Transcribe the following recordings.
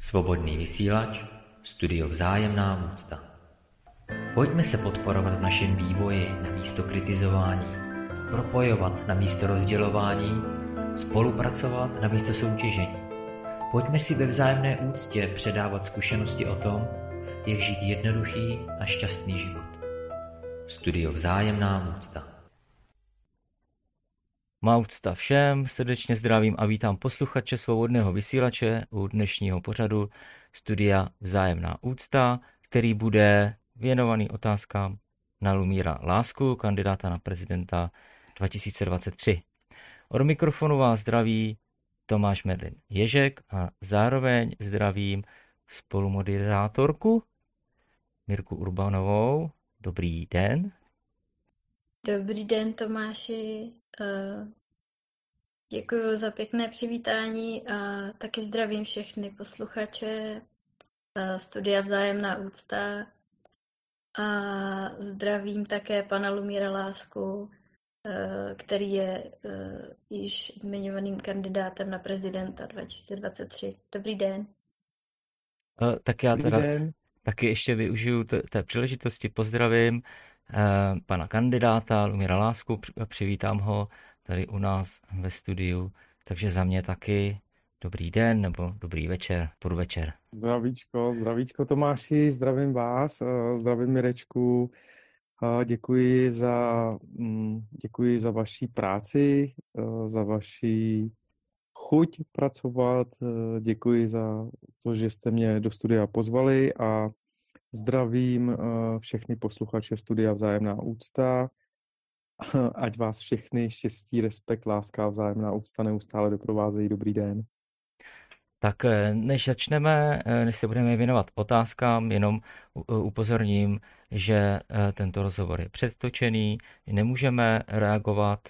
Svobodný vysílač, studio Vzájemná úcta. Pojďme se podporovat v našem vývoji namísto kritizování, propojovat namísto rozdělování, spolupracovat namísto soutěžení. Pojďme si ve vzájemné úctě předávat zkušenosti o tom, jak žít jednoduchý a šťastný život. Studio Vzájemná úcta. Má úcta všem, srdečně zdravím a vítám posluchače Svobodného vysílače u dnešního pořadu Studia Vzájemná úcta, který bude věnovaný otázkám na Lumíra Lásku, kandidáta na prezidenta 2023. Od mikrofonu vás zdraví Tomáš Merlin Ježek a zároveň zdravím spolumoderátorku Mirku Urbanovou. Dobrý den. Dobrý den, Tomáši. Děkuji za pěkné přivítání a taky zdravím všechny posluchače Studia Vzájemná úcta a zdravím také pana Lumíra Lásku, který je již zmiňovaným kandidátem na prezidenta 2023. Dobrý den. Tak já teda taky ještě využiju té příležitosti, pozdravím pana kandidáta Lumíra Lásku, přivítám ho tady u nás ve studiu, takže za mě taky dobrý den nebo dobrý večer, podvečer. Zdravíčko Tomáši, zdravím vás, zdravím Mirečku, děkuji za vaši práci, za vaši chuť pracovat, děkuji za to, že jste mě do studia pozvali a zdravím všechny posluchače Studia Vzájemná úcta. Ať vás všechny štěstí, respekt, láska a vzájemná úcta neustále doprovázejí. Dobrý den. Tak než se budeme věnovat otázkám, jenom upozorním, že tento rozhovor je předtočený, nemůžeme reagovat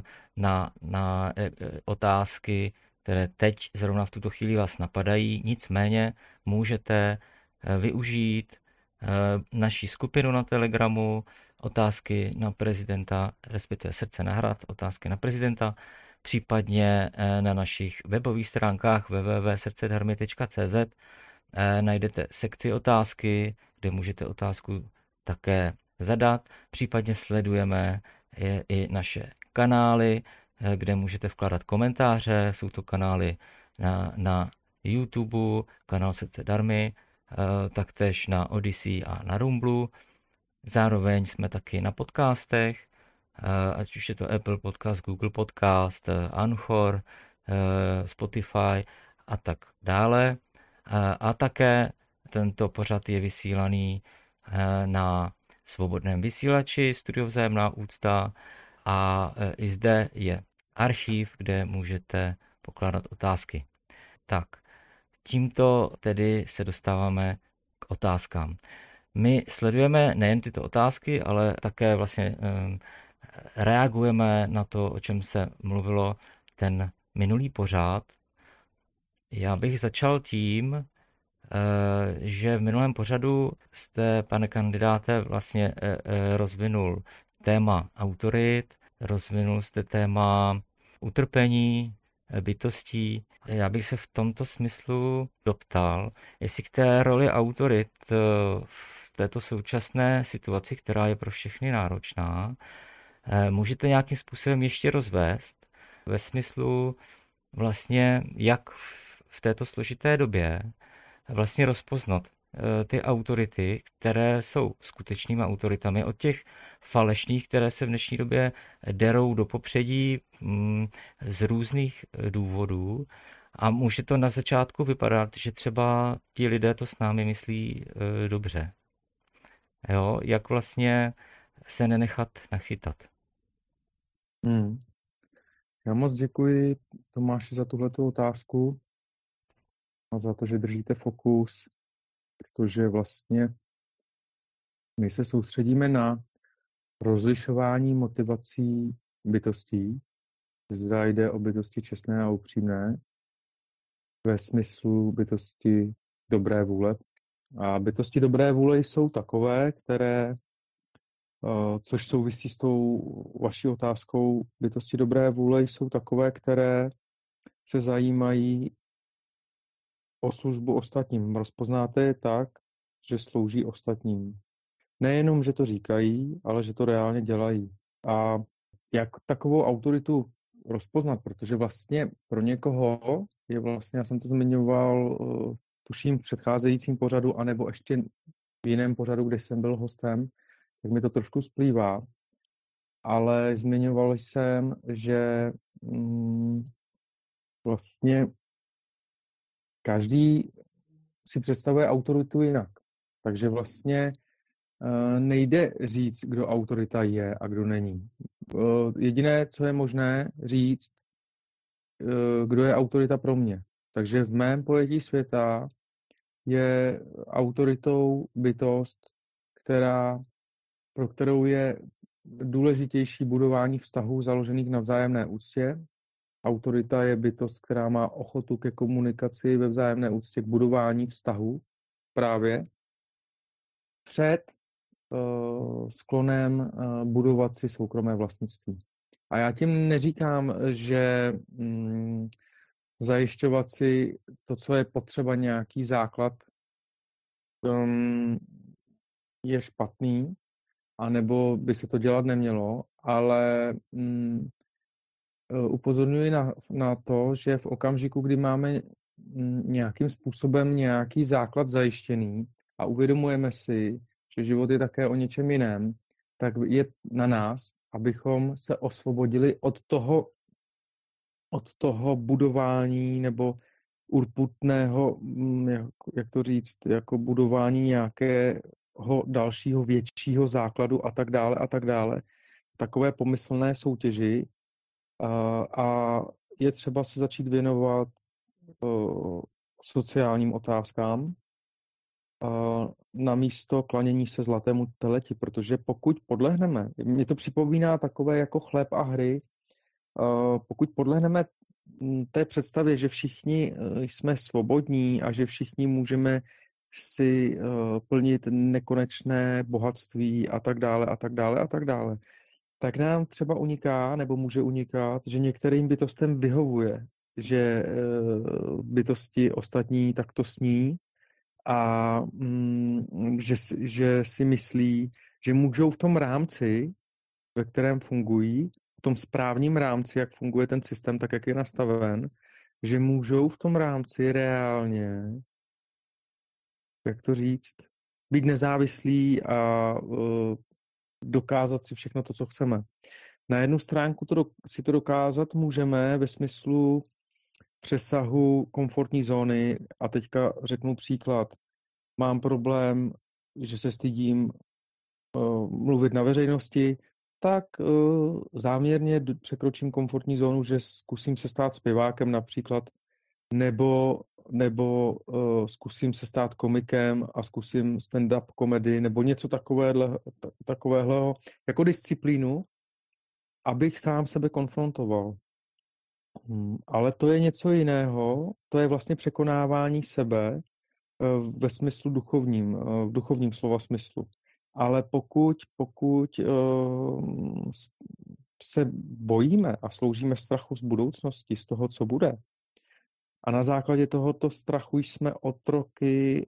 na otázky, které teď zrovna v tuto chvíli vás napadají, nicméně můžete využít naší skupinu na Telegramu, otázky na prezidenta, respektive Srdce na hrad, otázky na prezidenta, případně na našich webových stránkách www.srdcedharmy.cz najdete sekci otázky, kde můžete otázku také zadat, případně sledujeme i naše kanály, kde můžete vkládat komentáře, jsou to kanály na YouTube, kanál Srdce Dharmy, taktéž na Odyssey a na Rumblu. Zároveň jsme taky na podcastech, ať už je to Apple Podcast, Google Podcast, Anchor, Spotify a tak dále. A také tento pořad je vysílaný na Svobodném vysílači Studio Vzájemná úcta a i zde je archiv, kde můžete pokládat otázky. Tak, tímto tedy se dostáváme k otázkám. My sledujeme nejen tyto otázky, ale také vlastně reagujeme na to, o čem se mluvilo ten minulý pořad. Já bych začal tím, že v minulém pořadu jste, pane kandidáte, vlastně rozvinul téma autorit, rozvinul jste téma utrpení, bytostí. Já bych se v tomto smyslu doptal, jestli k té roli autorit v této současné situaci, která je pro všechny náročná, můžete nějakým způsobem ještě rozvést ve smyslu vlastně, jak v této složité době vlastně rozpoznat ty autority, které jsou skutečnými autoritami, od těch falešných, které se v dnešní době derou do popředí z různých důvodů. A může to na začátku vypadat, že třeba ti lidé to s námi myslí dobře. Jo, jak vlastně se nenechat nachytat. Já moc děkuji Tomáši za tuhletu otázku a za to, že držíte fokus, protože vlastně my se soustředíme na rozlišování motivací bytostí. Zda jde o bytosti čestné a upřímné, ve smyslu bytosti dobré vůle. A bytosti dobré vůle jsou takové, které, což souvisí s tou vaší otázkou, bytosti dobré vůle jsou takové, které se zajímají o službu ostatním. Rozpoznáte je tak, že slouží ostatním. Nejenom, že to říkají, ale že to reálně dělají. A jak takovou autoritu rozpoznat, protože vlastně pro někoho je vlastně, já jsem to zmiňoval, tuším v předcházejícím pořadu, anebo ještě v jiném pořadu, kde jsem byl hostem, tak mi to trošku splývá. Ale zmiňoval jsem, že vlastně každý si představuje autoritu jinak. Takže vlastně nejde říct, kdo autorita je a kdo není. Jediné, co je možné říct, kdo je autorita pro mě. Takže v mém pojetí světa je autoritou bytost, pro kterou je důležitější budování vztahů založených na vzájemné úctě. Autorita je bytost, která má ochotu ke komunikaci ve vzájemné úctě, k budování vztahu právě před sklonem budovat si soukromé vlastnictví. A já tím neříkám, že zajišťovat si to, co je potřeba, nějaký základ, je špatný, anebo by se to dělat nemělo, ale upozorňuji na to, že v okamžiku, kdy máme nějakým způsobem nějaký základ zajištěný a uvědomujeme si, že život je také o něčem jiném, tak je na nás, abychom se osvobodili od toho budování nebo urputného, jak to říct, jako budování nějakého dalšího většího základu a tak dále, v takové pomyslné soutěži. A je třeba se začít věnovat sociálním otázkám namísto klanění se zlatému teleti, protože pokud podlehneme, mě to připomíná takové jako chléb a hry, pokud podlehneme té představě, že všichni jsme svobodní a že všichni můžeme si plnit nekonečné bohatství a tak dále, tak nám třeba uniká, nebo může unikat, že některým bytostem vyhovuje, že bytosti ostatní takto sní a že si myslí, že můžou v tom rámci, ve kterém fungují, v tom správním rámci, jak funguje ten systém, tak jak je nastaven, že můžou v tom rámci reálně, jak to říct, být nezávislí a dokázat si všechno to, co chceme. Na jednu stránku si to dokázat můžeme ve smyslu přesahu komfortní zóny a teďka řeknu příklad. Mám problém, že se stydím mluvit na veřejnosti, tak záměrně překročím komfortní zónu, že zkusím se stát zpěvákem například, nebo zkusím se stát komikem a zkusím stand-up komedy, nebo něco takového jako disciplínu, abych sám sebe konfrontoval. Ale to je něco jiného, to je vlastně překonávání sebe ve smyslu duchovním, v duchovním slova smyslu. Ale pokud se bojíme a sloužíme strachu z budoucnosti, z toho, co bude, a na základě tohoto strachu jsme otroky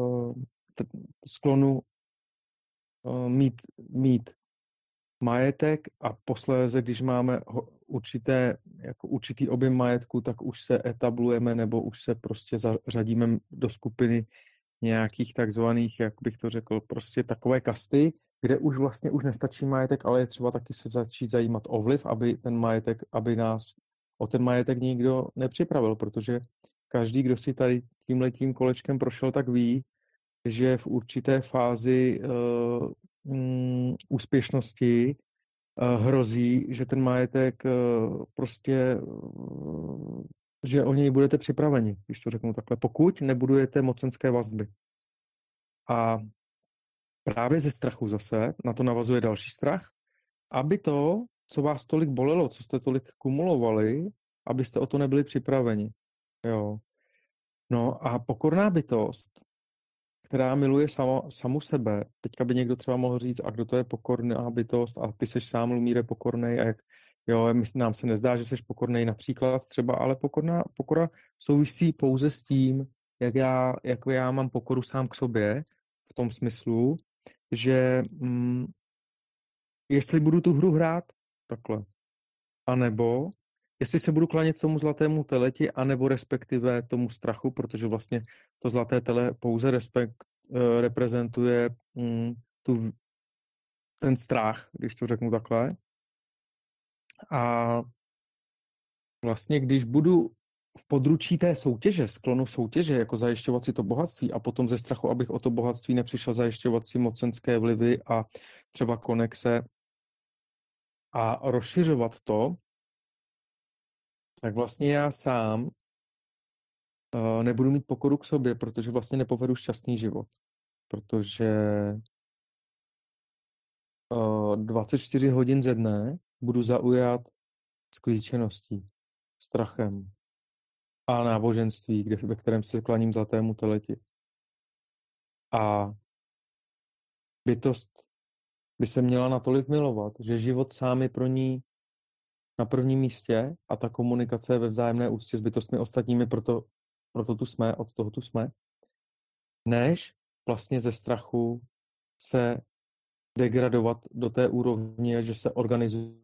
sklonu mít majetek a posléze, když máme určitý objem majetku, tak už se etablujeme nebo už se prostě zařadíme do skupiny nějakých takzvaných, jak bych to řekl, prostě takové kasty, kde už vlastně už nestačí majetek, ale je třeba taky se začít zajímat o vliv, aby nás o ten majetek nikdo nepřipravil, protože každý, kdo si tady tímhletím kolečkem prošel, tak ví, že v určité fázi úspěšnosti hrozí, že ten majetek že o něj budete připraveni, když to řeknu takhle, pokud nebudujete mocenské vazby. A právě ze strachu zase, na to navazuje další strach, aby to, co vás tolik bolelo, co jste tolik kumulovali, abyste o to nebyli připraveni. Jo. No a pokorná bytost, která miluje samu sebe, teďka by někdo třeba mohl říct, a kdo to je pokorná bytost a ty seš sám, Lumíre, pokornej a nám se nezdá, že seš pokornej například třeba, ale pokora souvisí pouze s tím, jak já mám pokoru sám k sobě, v tom smyslu, že jestli budu tu hru hrát takhle, anebo jestli se budu klanět tomu zlatému teleti, anebo respektive tomu strachu, protože vlastně to zlaté tele pouze reprezentuje ten strach, když to řeknu takhle. A vlastně, když budu v područí té soutěže, sklonu soutěže, jako zajišťovat si to bohatství a potom ze strachu, abych o to bohatství nepřišel zajišťovat si mocenské vlivy a třeba konexe a rozšiřovat to, tak vlastně já sám nebudu mít pokoru k sobě, protože vlastně nepovedu šťastný život. Protože 24 hodin ze dne budu zaujat sklíčeností, strachem a náboženství, ve kterém se klaním zlatému teleti. A bytost by se měla natolik milovat, že život sám je pro ní na prvním místě a ta komunikace je ve vzájemné úctě s bytostmi ostatními, proto tu jsme, od toho tu jsme, než vlastně ze strachu se degradovat do té úrovně, že se organizují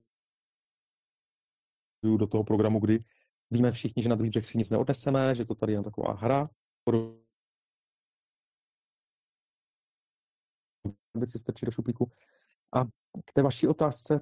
do toho programu, kdy víme všichni, že na druhý břeh si nic neodneseme, že to tady je jen taková hra. Věci strčí do šuplíku. A k té vaší otázce,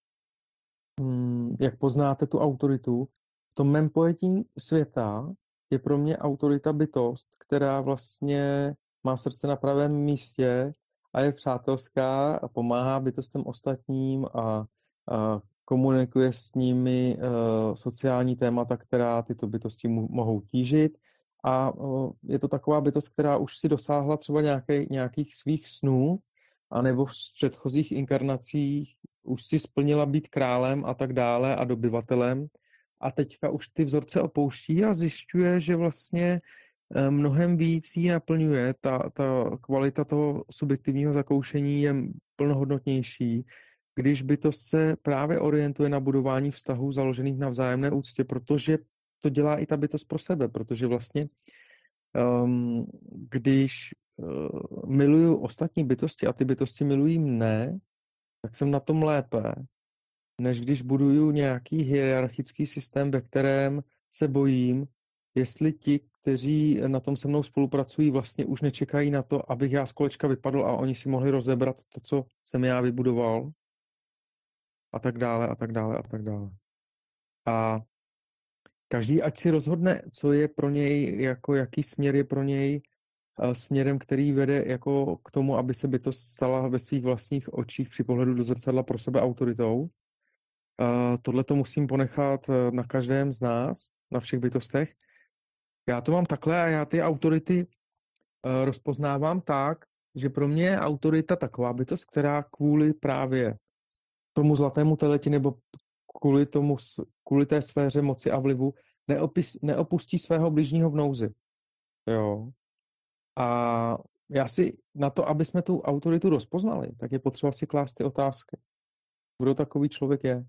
jak poznáte tu autoritu, v tom mém pojetí světa je pro mě autorita bytost, která vlastně má srdce na pravém místě a je přátelská a pomáhá bytostem ostatním a komunikuje s nimi sociální témata, která tyto bytosti mohou tížit. A je to taková bytost, která už si dosáhla třeba nějakých svých snů, anebo v předchozích inkarnacích už si splnila být králem a tak dále a dobyvatelem. A teďka už ty vzorce opouští a zjišťuje, že vlastně mnohem víc jí naplňuje. Ta kvalita toho subjektivního zakoušení je plnohodnotnější, když bytost se právě orientuje na budování vztahů založených na vzájemné úctě, protože to dělá i ta bytost pro sebe, protože vlastně když miluju ostatní bytosti a ty bytosti milují mne, tak jsem na tom lépe, než když buduju nějaký hierarchický systém, ve kterém se bojím, jestli ti, kteří na tom se mnou spolupracují, vlastně už nečekají na to, abych já z kolečka vypadl a oni si mohli rozebrat to, co jsem já vybudoval a tak dále a tak dále a tak dále. A každý ať si rozhodne, co je pro něj, jako jaký směr je pro něj směrem, který vede jako k tomu, aby se bytost stala ve svých vlastních očích při pohledu do zrcadla pro sebe autoritou. Tohle to musím ponechat na každém z nás, na všech bytostech. Já to mám takhle a já ty autority rozpoznávám tak, že pro mě je autorita taková bytost, která kvůli právě tomu zlatému teleti nebo kvůli té sféře moci a vlivu neopustí svého bližního v nouzi. Jo. A já si na to, aby jsme tu autoritu rozpoznali, tak je potřeba si klást ty otázky. Kdo takový člověk je?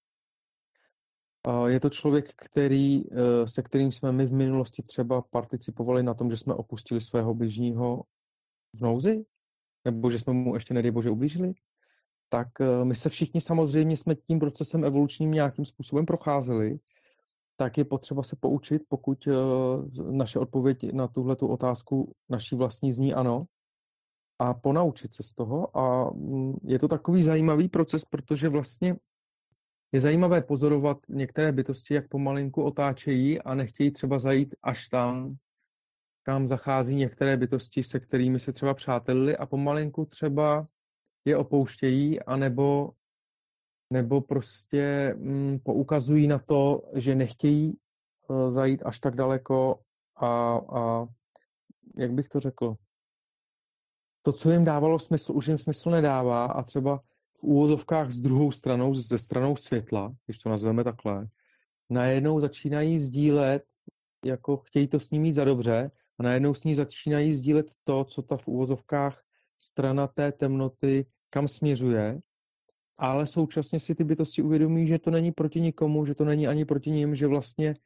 Je to člověk, se kterým jsme my v minulosti třeba participovali na tom, že jsme opustili svého bližního v nouzi? Nebo že jsme mu ještě, nedej bože, ublížili? Tak my se všichni samozřejmě jsme tím procesem evolučním nějakým způsobem procházeli, tak je potřeba se poučit, pokud naše odpověď na tuhletu otázku naší vlastní zní ano, a ponaučit se z toho. A je to takový zajímavý proces, protože vlastně je zajímavé pozorovat některé bytosti, jak pomalinku otáčejí a nechtějí třeba zajít až tam, kam zachází některé bytosti, se kterými se třeba přátelili a pomalinku třeba je opouštějí, anebo prostě poukazují na to, že nechtějí zajít až tak daleko a jak bych to řekl, to, co jim dávalo smysl, už jim smysl nedává a třeba v úvozovkách s druhou stranou, ze stranou světla, když to nazveme takhle, najednou začínají sdílet, jako chtějí to s ní mít za dobře a najednou s ní začínají sdílet to, co ta v úvozovkách strana té temnoty, kam směřuje, ale současně si ty bytosti uvědomí, že to není proti nikomu, že to není ani proti nim, že vlastně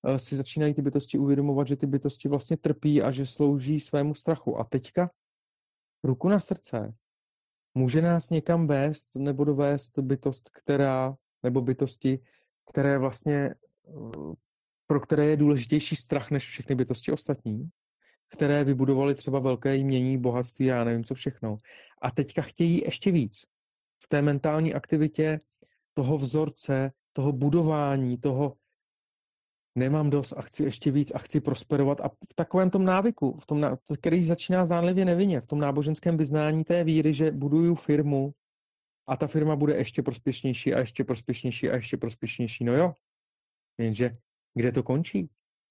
si začínají ty bytosti uvědomovat, že ty bytosti vlastně trpí a že slouží svému strachu. A teďka ruku na srdce, může nás někam vést nebo dovést bytost, nebo bytosti, které vlastně, pro které je důležitější strach než všechny bytosti ostatní, které vybudovaly třeba velké jmění, bohatství, já nevím co všechno. A teďka chtějí ještě víc. V té mentální aktivitě toho vzorce, toho budování, toho nemám dost a chci ještě víc a chci prosperovat. A v takovém tom návyku, který začíná zdánlivě nevinně, v tom náboženském vyznání té víry, že buduju firmu a ta firma bude ještě prospěšnější a ještě prospěšnější a ještě prospěšnější. No jo, jenže kde to končí?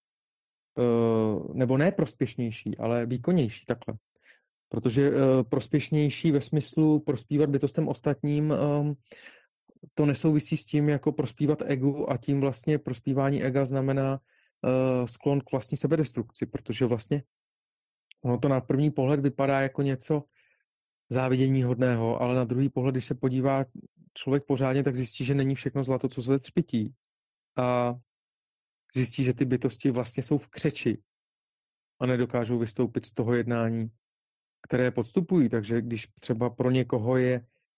Nebo ne prospěšnější, ale výkonnější takhle. Protože prospěšnější ve smyslu prospívat bytostem ostatním, to nesouvisí s tím, jako prospívat egu a tím vlastně prospívání ega znamená sklon k vlastní sebedestrukci, protože vlastně ono to na první pohled vypadá jako něco záviděníhodného, ale na druhý pohled, když se podívá člověk pořádně, tak zjistí, že není všechno zlato, co se třpytí. A zjistí, že ty bytosti vlastně jsou v křeči a nedokážou vystoupit z toho jednání, které podstupují. Takže když třeba pro někoho je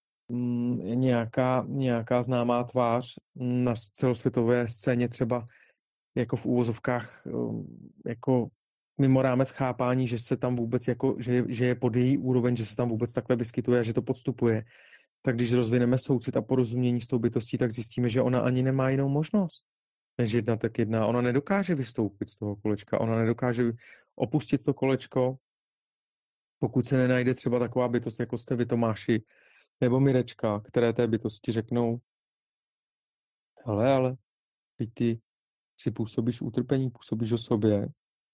nějaká známá tvář na celosvětové scéně třeba jako v úvozovkách jako mimo rámec chápání, že se tam vůbec jako, že je pod její úroveň, že se tam vůbec takhle vyskytuje a že to podstupuje, tak když rozvineme soucit a porozumění s tou bytostí, tak zjistíme, že ona ani nemá jinou možnost než jedna tak jedna. Ona nedokáže vystoupit z toho kolečka, ona nedokáže opustit to kolečko, pokud se nenajde třeba taková bytost, jako jste vy, Tomáši, nebo Mirečka, které té bytosti řeknou, ale ty si působíš utrpení, působíš o sobě,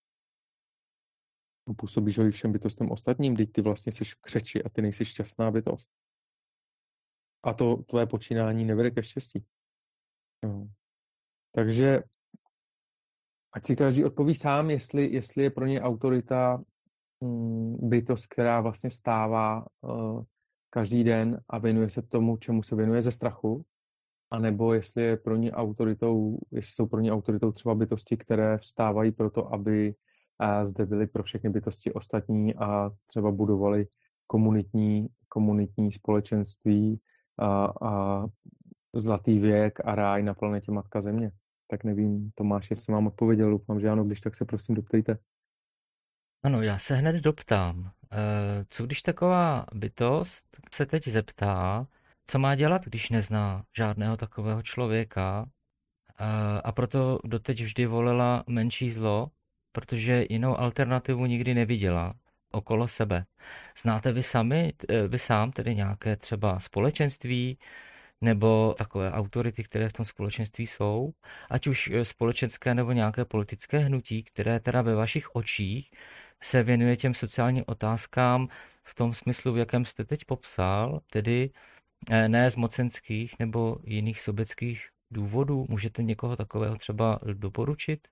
působíš ho i všem bytostem ostatním, teď ty vlastně jsi v křeči a ty nejsi šťastná bytost. A to tvoje počínání nevede ke štěstí. No. Takže ať si každý odpoví sám, jestli je pro ně autorita bytost, která vlastně stává každý den a věnuje se tomu, čemu se věnuje ze strachu, anebo jestli jsou pro ně autoritou třeba bytosti, které vstávají proto, aby zde byly pro všechny bytosti ostatní a třeba budovali komunitní společenství a zlatý věk a ráj na planetě Matka Země. Tak nevím, Tomáš, jestli vám odpověděl, doufám, že ano, když tak se prosím doptejte. Ano, já se hned doptám. Co když taková bytost se teď zeptá, co má dělat, když nezná žádného takového člověka a proto doteď vždy volila menší zlo, protože jinou alternativu nikdy neviděla okolo sebe. Znáte vy sám tedy nějaké třeba společenství nebo takové autority, které v tom společenství jsou, ať už společenské nebo nějaké politické hnutí, které teda ve vašich očích se věnuje těm sociálním otázkám v tom smyslu, v jakém jste teď popsal, tedy ne z mocenských nebo jiných sobeckých důvodů. Můžete někoho takového třeba doporučit?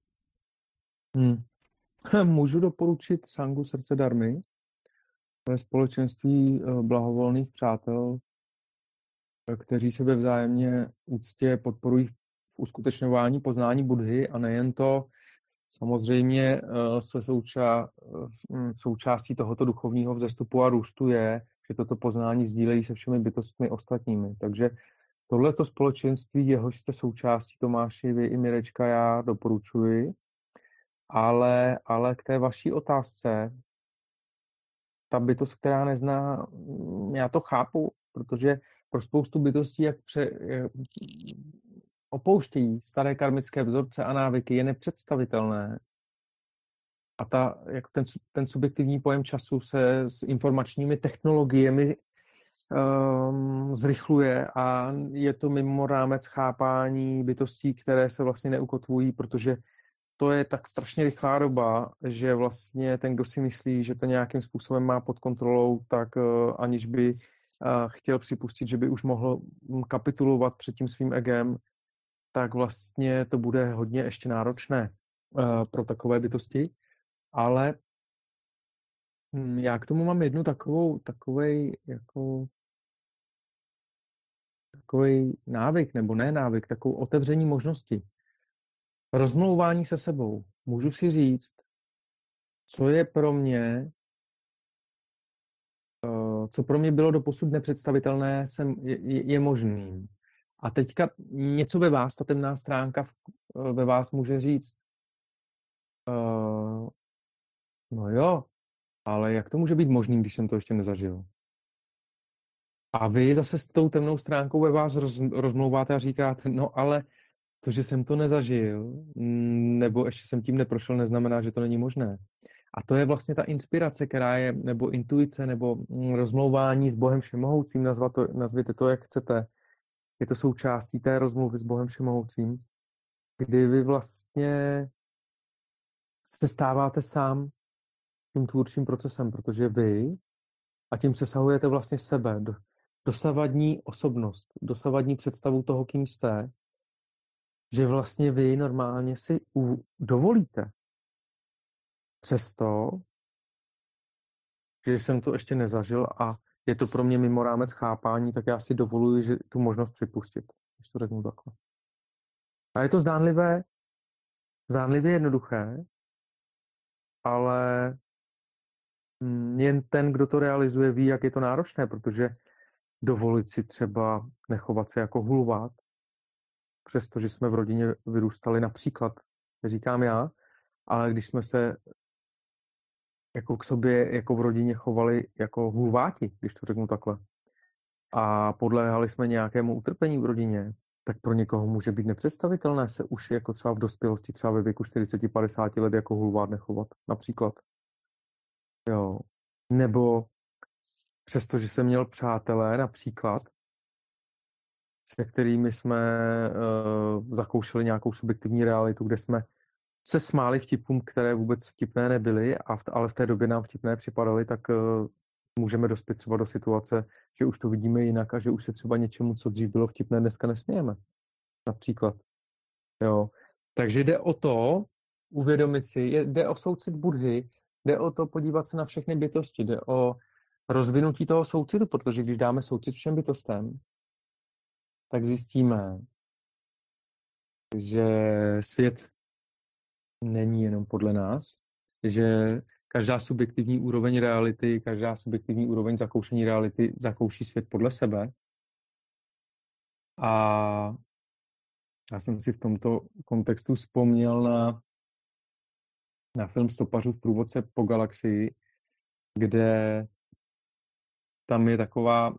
Můžu doporučit Sangu Srdce Dharmy, to je společenství blahovolných přátel, kteří se ve vzájemně úctě podporují v uskutečňování poznání Buddhy a nejen to, samozřejmě se součástí tohoto duchovního vzestupu a růstu je, že toto poznání sdílejí se všemi bytostmi ostatními. Takže tohleto společenství, jehož jste součástí, Tomáši, vy i Mirečka, já doporučuji. Ale k té vaší otázce, ta bytost, která nezná, já to chápu, protože pro spoustu bytostí, jak opouštějí staré karmické vzorce a návyky, je nepředstavitelné. A ten subjektivní pojem času se s informačními technologiemi zrychluje a je to mimo rámec chápání bytostí, které se vlastně neukotvují, protože to je tak strašně rychlá doba, že vlastně ten, kdo si myslí, že to nějakým způsobem má pod kontrolou, tak aniž by chtěl připustit, že by už mohl kapitulovat před tím svým egem, tak vlastně to bude hodně ještě náročné pro takové bytosti. Ale já k tomu mám jednu takovej návyk, nebo ne návyk, takovou otevření možnosti. rozmlouvání se sebou. Můžu si říct, co je pro mě, co pro mě bylo doposud nepředstavitelné, je možným. A teďka něco ve vás, ta temná stránka ve vás může říct, no jo, ale jak to může být možný, když jsem to ještě nezažil? A vy zase s tou temnou stránkou ve vás rozmlouváte a říkáte, no ale to, že jsem to nezažil, nebo ještě jsem tím neprošel, neznamená, že to není možné. A to je vlastně ta inspirace, která je, nebo intuice, nebo rozmlouvání s Bohem Všemohoucím, nazvěte to, jak chcete. Je to součástí té rozmluvy s Bohem Všemohoucím, kdy vy vlastně se stáváte sám tím tvůrčím procesem, protože vy, a tím přesahujete vlastně sebe, dosavadní osobnost, dosavadní představu toho, kým jste, že vlastně vy normálně si dovolíte. Přesto, že jsem to ještě nezažil a je to pro mě mimo rámec chápání, tak já si dovoluji že tu možnost připustit, když to řeknu takhle. A je to zdánlivě jednoduché, ale jen ten, kdo to realizuje, ví, jak je to náročné, protože dovolit si třeba nechovat se jako hulvát, přestože jsme v rodině vyrůstali například, říkám já, ale když jsme se jako k sobě, jako v rodině chovali jako hulváti, když to řeknu takhle, a podléhali jsme nějakému utrpení v rodině, tak pro někoho může být nepředstavitelné se už jako třeba v dospělosti, třeba ve věku 40-50 let jako hulvát nechovat, například. Jo. Nebo přestože jsem měl přátelé, například, se kterými jsme zakoušeli nějakou subjektivní realitu, kde jsme se smáli vtipům, které vůbec vtipné nebyly, ale v té době nám vtipné připadaly, tak můžeme dospět třeba do situace, že už to vidíme jinak a že už se třeba něčemu, co dřív bylo vtipné, dneska nesmějeme. Například. Jo. Takže jde o to, uvědomit si, jde o soucit Buddhy, jde o to podívat se na všechny bytosti, jde o rozvinutí toho soucitu, protože když dáme soucit všem bytostem, tak zjistíme, že svět není jenom podle nás, že každá subjektivní úroveň reality, každá subjektivní úroveň zakoušení reality zakouší svět podle sebe. A já jsem si v tomto kontextu vzpomněl na film Stopařův průvodce po galaxii, kde tam je taková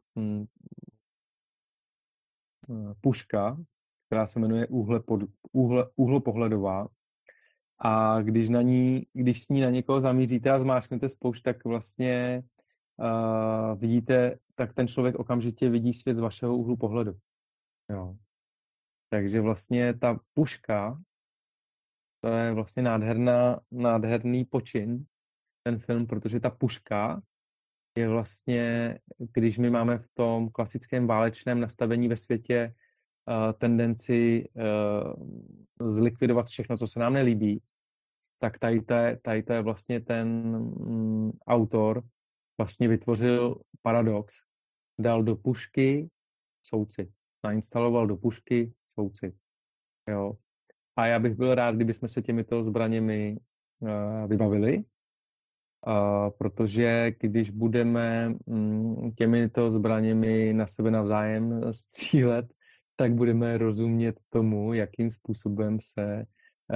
puška, která se jmenuje úhlopohledová. A když s ní na někoho zamíříte a zmáčknete spoušť, tak vlastně vidíte, tak ten člověk okamžitě vidí svět z vašeho úhlu pohledu. Jo. Takže vlastně ta puška, to je vlastně nádherný počin, ten film, protože ta puška je vlastně, když my máme v tom klasickém válečném nastavení ve světě tendenci zlikvidovat všechno, co se nám nelíbí, tak tady to je vlastně ten autor vlastně vytvořil paradox. Dal do pušky soucit. Nainstaloval do pušky soucit. Jo. A já bych byl rád, kdybychom se těmito zbraněmi vybavili, protože když budeme těmito zbraněmi na sebe navzájem střílet, tak budeme rozumět tomu, jakým způsobem se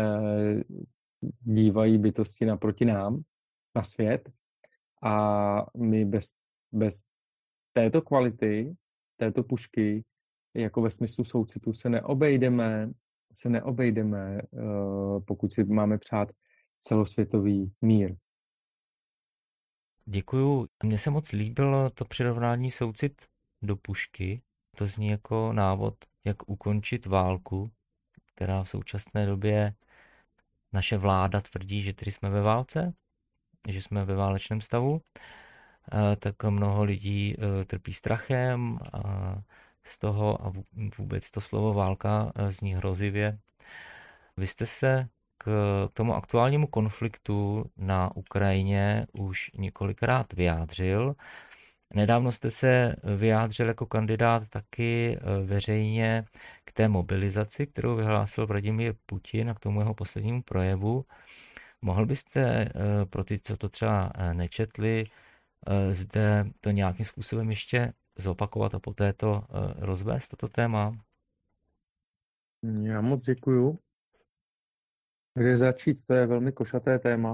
dívají bytosti naproti nám, na svět. A my bez této kvality, této pušky, jako ve smyslu soucitu, se neobejdeme, pokud si máme přát celosvětový mír. Děkuju. Mně se moc líbilo to přirovnání soucit do pušky. To zní jako návod, jak ukončit válku, která v současné době naše vláda tvrdí, že tedy jsme ve válce, že jsme ve válečném stavu, tak mnoho lidí trpí strachem z toho a vůbec to slovo válka zní hrozivě. Vy jste se k tomu aktuálnímu konfliktu na Ukrajině už několikrát vyjádřil Nedávno jste se vyjádřil jako kandidát taky veřejně k té mobilizaci, kterou vyhlásil Vladimír Putin a k tomu jeho poslednímu projevu. Mohl byste pro ty, co to třeba nečetli, zde to nějakým způsobem ještě zopakovat a poté to rozvést, toto téma? Já moc děkuju. Kde začít? To je velmi košaté téma.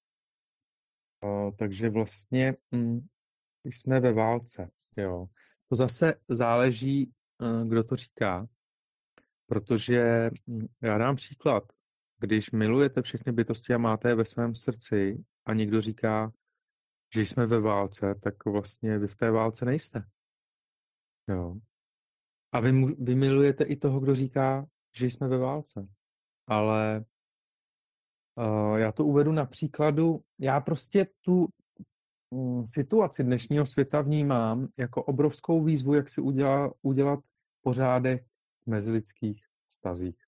Takže vlastně jsme ve válce. Jo. To zase záleží, kdo to říká. Protože já dám příklad. Když milujete všechny bytosti a máte je ve svém srdci a někdo říká, že jsme ve válce, tak vlastně vy v té válce nejste. Jo. A vy milujete i toho, kdo říká, že jsme ve válce. Ale já to uvedu na příkladu. Já prostě tu situaci dnešního světa vnímám jako obrovskou výzvu, jak si udělat pořádek v mezilidských vztazích.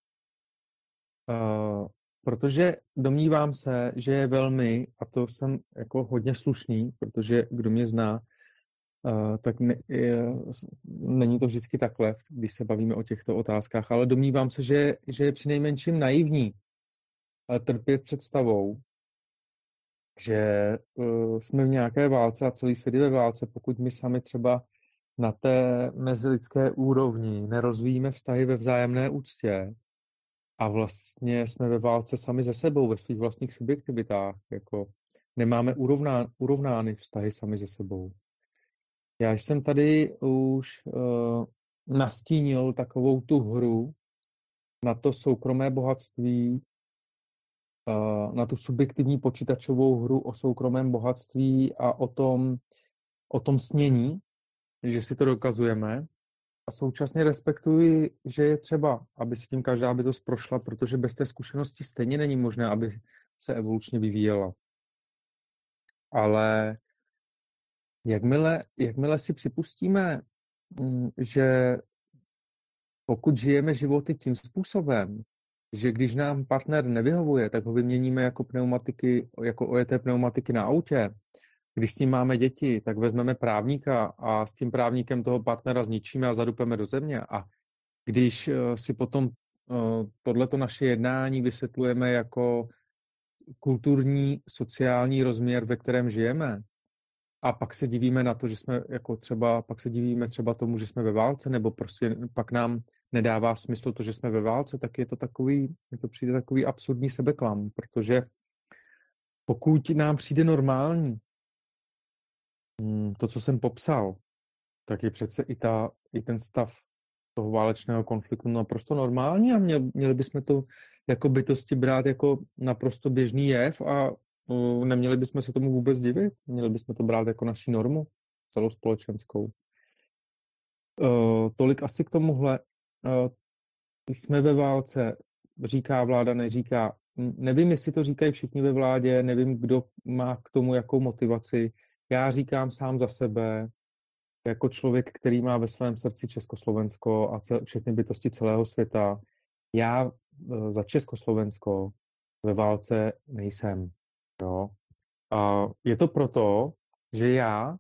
Protože domnívám se, že je velmi, a to jsem jako hodně slušný, protože kdo mě zná, tak není to vždycky takhle, když se bavíme o těchto otázkách, ale domnívám se, že je přinejmenším naivní trpět představou, že jsme v nějaké válce a celý svět je ve válce, pokud my sami třeba na té mezilidské úrovni nerozvíjíme vztahy ve vzájemné úctě a vlastně jsme ve válce sami se sebou, ve svých vlastních subjektivitách, jako nemáme urovnány vztahy sami se sebou. Já jsem tady už nastínil takovou tu hru na to soukromé bohatství, na tu subjektivní počítačovou hru o soukromém bohatství a o tom snění, že si to dokazujeme. A současně respektuji, že je třeba, aby si tím každá bytost prošla, protože bez té zkušenosti stejně není možné, aby se evolučně vyvíjela. Ale jakmile si připustíme, že pokud žijeme životy tím způsobem, že když nám partner nevyhovuje, tak ho vyměníme jako ojeté pneumatiky na autě. Když s ním máme děti, tak vezmeme právníka a s tím právníkem toho partnera zničíme a zadupeme do země. A když si potom tohleto naše jednání vysvětlujeme jako kulturní, sociální rozměr, ve kterém žijeme, a pak se divíme na to, že jsme pak se divíme třeba tomu, že jsme ve válce, nebo prostě pak nám nedává smysl to, že jsme ve válce, tak přijde takový absurdní sebeklam, protože pokud nám přijde normální to, co jsem popsal, tak je přece i ten stav toho válečného konfliktu naprosto normální a měli bychom to jako bytosti brát jako naprosto běžný jev a neměli bychom se tomu vůbec divit. Měli bychom to brát jako naši normu celospolečenskou. Tolik asi k tomuhle. Jsme ve válce, říká vláda, neříká. Nevím, jestli to říkají všichni ve vládě, nevím, kdo má k tomu jakou motivaci. Já říkám sám za sebe, jako člověk, který má ve svém srdci Československo a všechny bytosti celého světa. Já za Československo ve válce nejsem. Jo. A je to proto, že já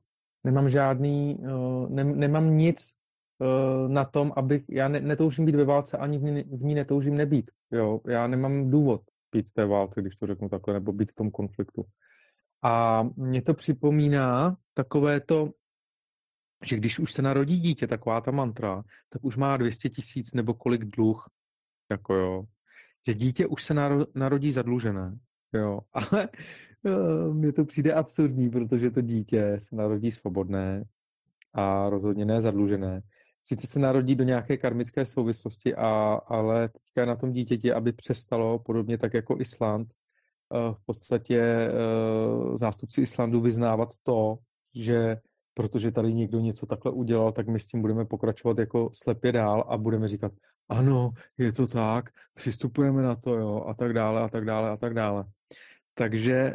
nemám nic na tom, já netoužím být ve válce, ani v ní netoužím nebýt. Jo. Já nemám důvod být v té válce, když to řeknu takhle, nebo být v tom konfliktu. A mě to připomíná takové to, že když už se narodí dítě, taková ta mantra, tak už má 200 000 nebo kolik dluh. Jako jo. Že dítě už se narodí zadlužené. Jo, ale mně to přijde absurdní, protože to dítě se narodí svobodné a rozhodně ne zadlužené. Sice se narodí do nějaké karmické souvislosti, ale teďka je na tom dítěti, aby přestalo, podobně tak jako Island, v podstatě zástupci Islandu vyznávat to, že protože tady někdo něco takhle udělal, tak my s tím budeme pokračovat jako slepě dál a budeme říkat, ano, je to tak, přistupujeme na to, jo, a tak dále, a tak dále, a tak dále. Takže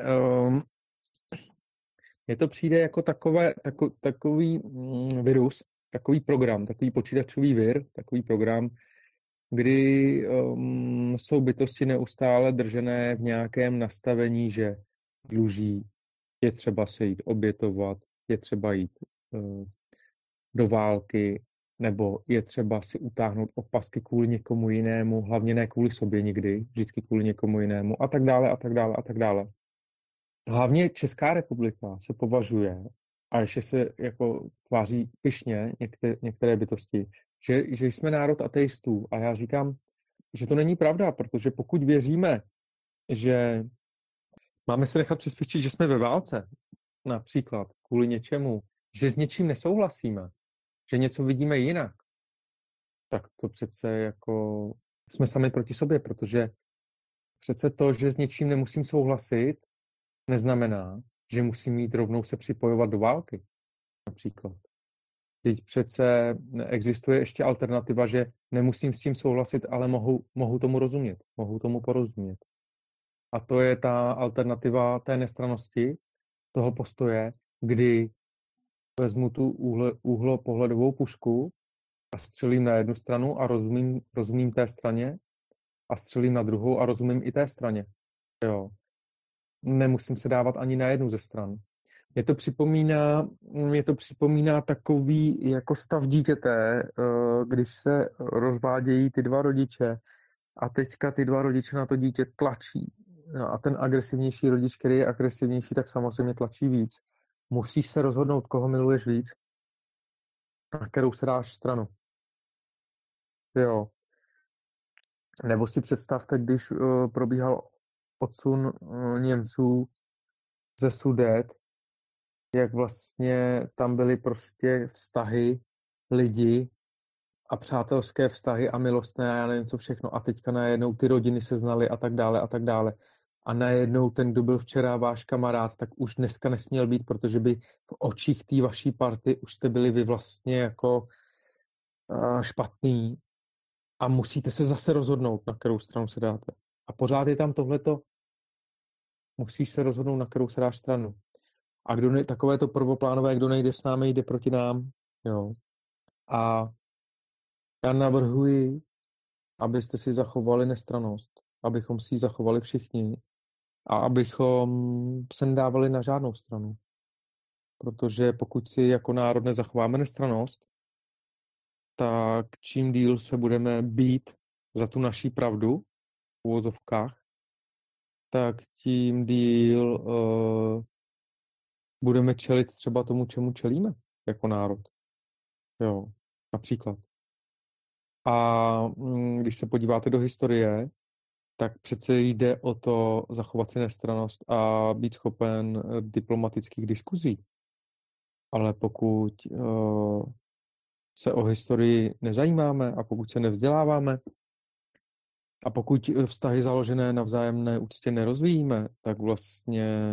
mně to přijde jako takový virus, takový program, takový počítačový vir, takový program, kdy jsou bytosti neustále držené v nějakém nastavení, že dluží, je třeba se jít obětovat, je třeba jít do války, nebo je třeba si utáhnout opasky kvůli někomu jinému, hlavně ne kvůli sobě nikdy, vždycky kvůli někomu jinému a tak dále a tak dále a tak dále. Hlavně Česká republika se považuje, a ještě se jako tváří pyšně některé bytosti, že jsme národ ateistů. A já říkám, že to není pravda, protože pokud věříme, že máme se nechat přesvědčit, že jsme ve válce, například kvůli něčemu, že s něčím nesouhlasíme, že něco vidíme jinak, tak to přece jako jsme sami proti sobě, protože přece to, že s něčím nemusím souhlasit, neznamená, že musím mít rovnou se připojovat do války, například. Teď přece existuje ještě alternativa, že nemusím s tím souhlasit, ale mohu tomu rozumět, mohu tomu porozumět. A to je ta alternativa té nestrannosti, toho postoje, kdy vezmu tu úhlopohledovou pušku a střelím na jednu stranu a rozumím té straně a střelím na druhou a rozumím i té straně. Jo. Nemusím se dávat ani na jednu ze stran. Mě to připomíná takový jako stav dítěte, když se rozvádějí ty dva rodiče a teďka ty dva rodiče na to dítě tlačí. No a ten agresivnější rodič, který je agresivnější, tak samozřejmě tlačí víc. Musíš se rozhodnout, koho miluješ víc, na kterou se dáš stranu. Jo. Nebo si představte, když probíhal odsun Němců ze Sudet, jak vlastně tam byly prostě vztahy, lidi a přátelské vztahy a milostné a já nevím co všechno. A teďka najednou ty rodiny se znaly a tak dále a tak dále. A najednou ten, kdo byl včera váš kamarád, tak už dneska nesměl být, protože by v očích té vaší party už jste byli vy vlastně jako špatný a musíte se zase rozhodnout, na kterou stranu se dáte. A pořád je tam tohleto, musíš se rozhodnout, na kterou se dáš stranu. A takové to prvoplánové, kdo nejde s námi, jde proti nám. Jo. A já navrhuji, abyste si zachovali nestrannost, abychom si ji zachovali všichni a abychom se nedávali na žádnou stranu. Protože pokud si jako národ nezachováme nestrannost, tak čím díl se budeme bít za tu naší pravdu v uvozovkách, tak tím díl budeme čelit třeba tomu, čemu čelíme jako národ. Jo, například. A když se podíváte do historie, tak přece jde o to zachovat si nestrannost a být schopen diplomatických diskuzí. Ale pokud se o historii nezajímáme a pokud se nevzděláváme a pokud vztahy založené na vzájemné úctě nerozvíjíme, tak vlastně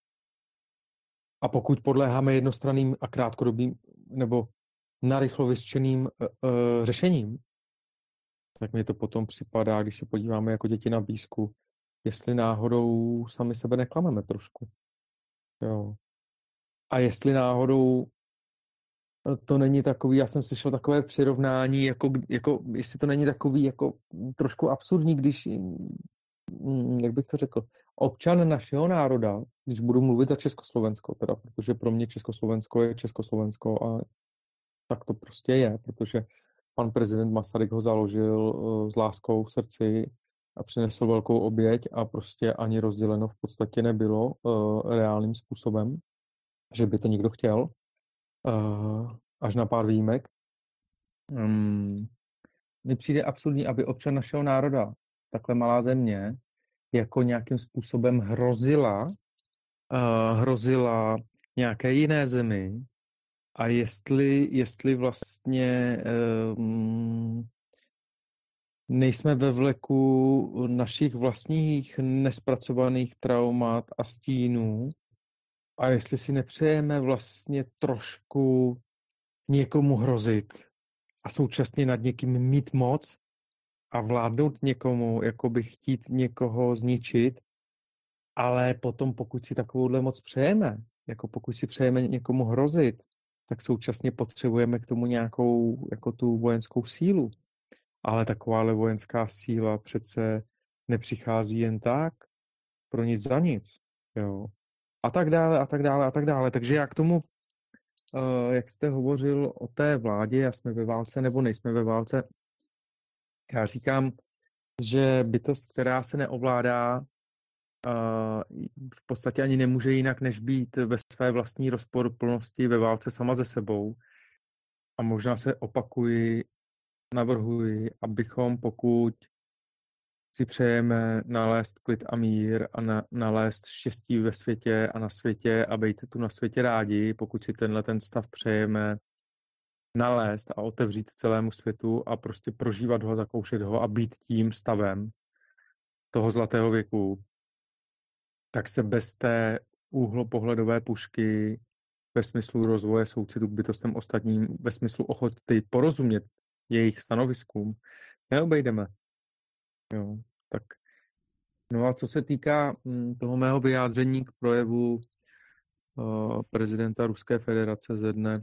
a pokud podléháme jednostranným a krátkodobým nebo narychlo vyřčeným řešením, tak mi to potom připadá, když se podíváme jako děti na písku, jestli náhodou sami sebe neklameme trošku. Jo. A jestli náhodou to není takový, já jsem slyšel takové přirovnání, jako jestli to není takový jako trošku absurdní, když, jak bych to řekl, občan našeho národa, když budu mluvit za Československo, teda, protože pro mě Československo je Československo a tak to prostě je, protože pan prezident Masaryk ho založil s láskou v srdci a přinesl velkou oběť a prostě ani rozděleno v podstatě nebylo reálným způsobem, že by to někdo chtěl, až na pár výjimek. Mně přijde absurdní, aby občan našeho národa, takhle malá země, jako nějakým způsobem hrozila nějaké jiné zemi a jestli vlastně nejsme ve vleku našich vlastních nespracovaných traumat a stínů a jestli si nepřejeme vlastně trošku někomu hrozit a současně nad někým mít moc a vládnout někomu, jako by chtít někoho zničit, ale potom pokud si takovouhle moc přejeme, jako pokud si přejeme někomu hrozit, tak současně potřebujeme k tomu nějakou jako tu vojenskou sílu. Ale takováhle vojenská síla přece nepřichází jen tak, pro nic za nic. Jo. A tak dále, a tak dále, a tak dále. Takže já k tomu jak jste hovořil o té vládě, a jsme ve válce nebo nejsme ve válce, já říkám, že bytost, která se neovládá, v podstatě ani nemůže jinak, než být ve své vlastní rozporuplnosti ve válce sama se sebou. A možná se opakuji, navrhuji, abychom, pokud si přejeme nalézt klid a mír a nalézt štěstí ve světě a na světě a být tu na světě rádi, pokud si ten stav přejeme nalézt a otevřít celému světu a prostě prožívat ho, zakoušet ho a být tím stavem toho zlatého věku, tak se bez té úhlopohledové pušky ve smyslu rozvoje soucitu k bytostem ostatním, ve smyslu ochoty porozumět jejich stanoviskům, neobejdeme. Jo, tak. No a co se týká toho mého vyjádření k projevu prezidenta Ruské federace ze dne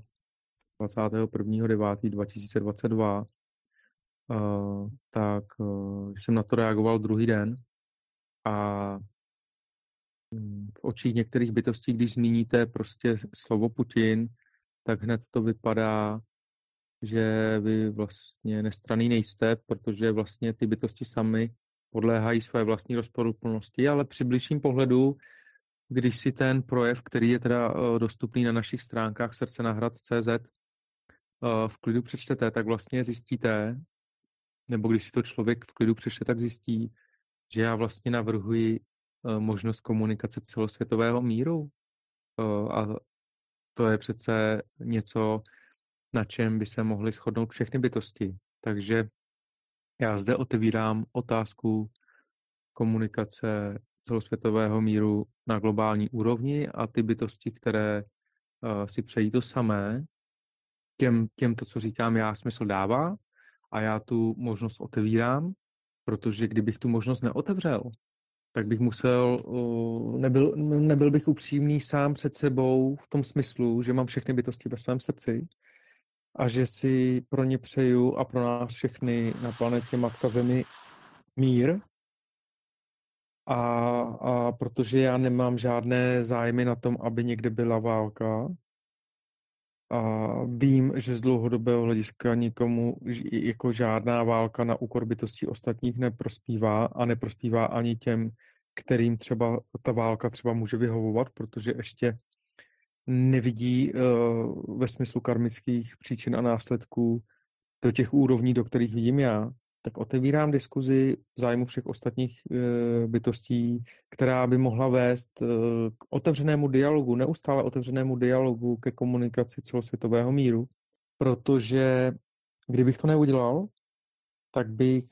21.9.2022, tak jsem na to reagoval druhý den a v očích některých bytostí, když zmíníte prostě slovo Putin, tak hned to vypadá, že vy vlastně nestranný nejste, protože vlastně ty bytosti sami podléhají své vlastní rozporuplnosti, ale při bližším pohledu, když si ten projev, který je teda dostupný na našich stránkách srdcenahrad.cz v klidu přečtete, tak vlastně zjistíte, nebo když si to člověk v klidu přečte, tak zjistí, že já vlastně navrhuji možnost komunikace celosvětového míru. A to je přece něco, na čem by se mohly shodnout všechny bytosti. Takže já zde otevírám otázku komunikace celosvětového míru na globální úrovni a ty bytosti, které si přejí to samé, těm to, co říkám já, smysl dává a já tu možnost otevírám, protože kdybych tu možnost neotevřel, tak bych nebyl bych upřímný sám před sebou v tom smyslu, že mám všechny bytosti ve svém srdci a že si pro ně přeju a pro nás všechny na planetě Matka Zemi mír. A protože já nemám žádné zájmy na tom, aby někde byla válka, a vím, že z dlouhodobého hlediska nikomu jako žádná válka na úkor bytostí ostatních neprospívá a neprospívá ani těm, kterým třeba ta válka třeba může vyhovovat, protože ještě nevidí ve smyslu karmických příčin a následků do těch úrovní, do kterých vidím já, tak otevírám diskuzi v zájmu všech ostatních bytostí, která by mohla vést k otevřenému dialogu, neustále otevřenému dialogu ke komunikaci celosvětového míru, protože kdybych to neudělal, tak bych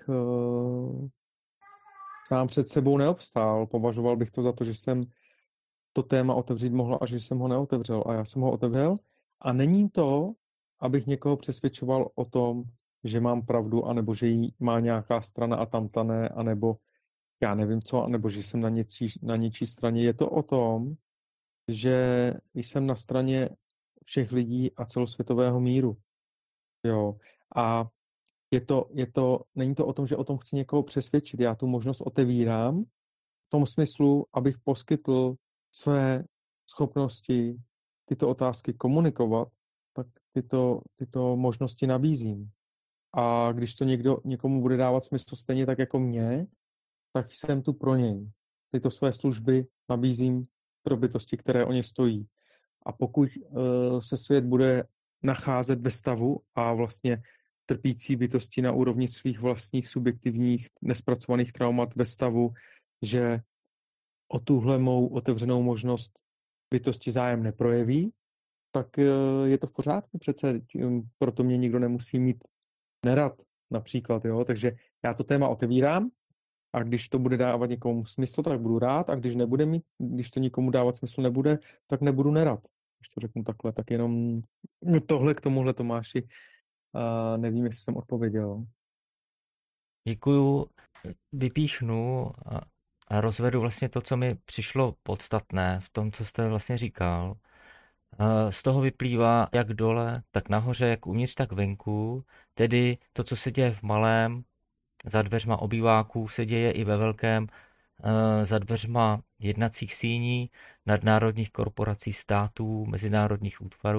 sám před sebou neobstál. Považoval bych to za to, že jsem to téma otevřít mohl a že jsem ho neotevřel. A já jsem ho otevřel a není to, abych někoho přesvědčoval o tom, že mám pravdu, anebo že jí má nějaká strana a tamta ne, anebo já nevím co, anebo že jsem na něčí straně. Je to o tom, že jsem na straně všech lidí a celosvětového míru. Jo. A není to o tom, že o tom chci někoho přesvědčit. Já tu možnost otevírám v tom smyslu, abych poskytl své schopnosti tyto otázky komunikovat, tak tyto možnosti nabízím. A když to někomu bude dávat smysl stejně tak jako mě, tak jsem tu pro něj. Tyto své služby nabízím pro bytosti, které o ně stojí. A pokud se svět bude nacházet ve stavu a vlastně trpící bytosti na úrovni svých vlastních subjektivních nespracovaných traumat ve stavu, že o tuhle mou otevřenou možnost bytosti zájem neprojeví, tak je to v pořádku přece. Proto mě nikdo nemusí mít nerad například. Jo? Takže já to téma otevírám a když to bude dávat někomu smysl, tak budu rád a když to nikomu dávat smysl nebude, tak nebudu nerad. Když to řeknu takhle, tak jenom tohle k tomuhle, Tomáši. Nevím, jestli jsem odpověděl. Děkuju. Vypíchnu a rozvedu vlastně to, co mi přišlo podstatné v tom, co jste vlastně říkal. Z toho vyplývá jak dole, tak nahoře, jak uvnitř, tak venku. Tedy to, co se děje v malém, za dveřma obýváků, se děje i ve velkém, za dveřma jednacích síní, nadnárodních korporací, států, mezinárodních útvarů.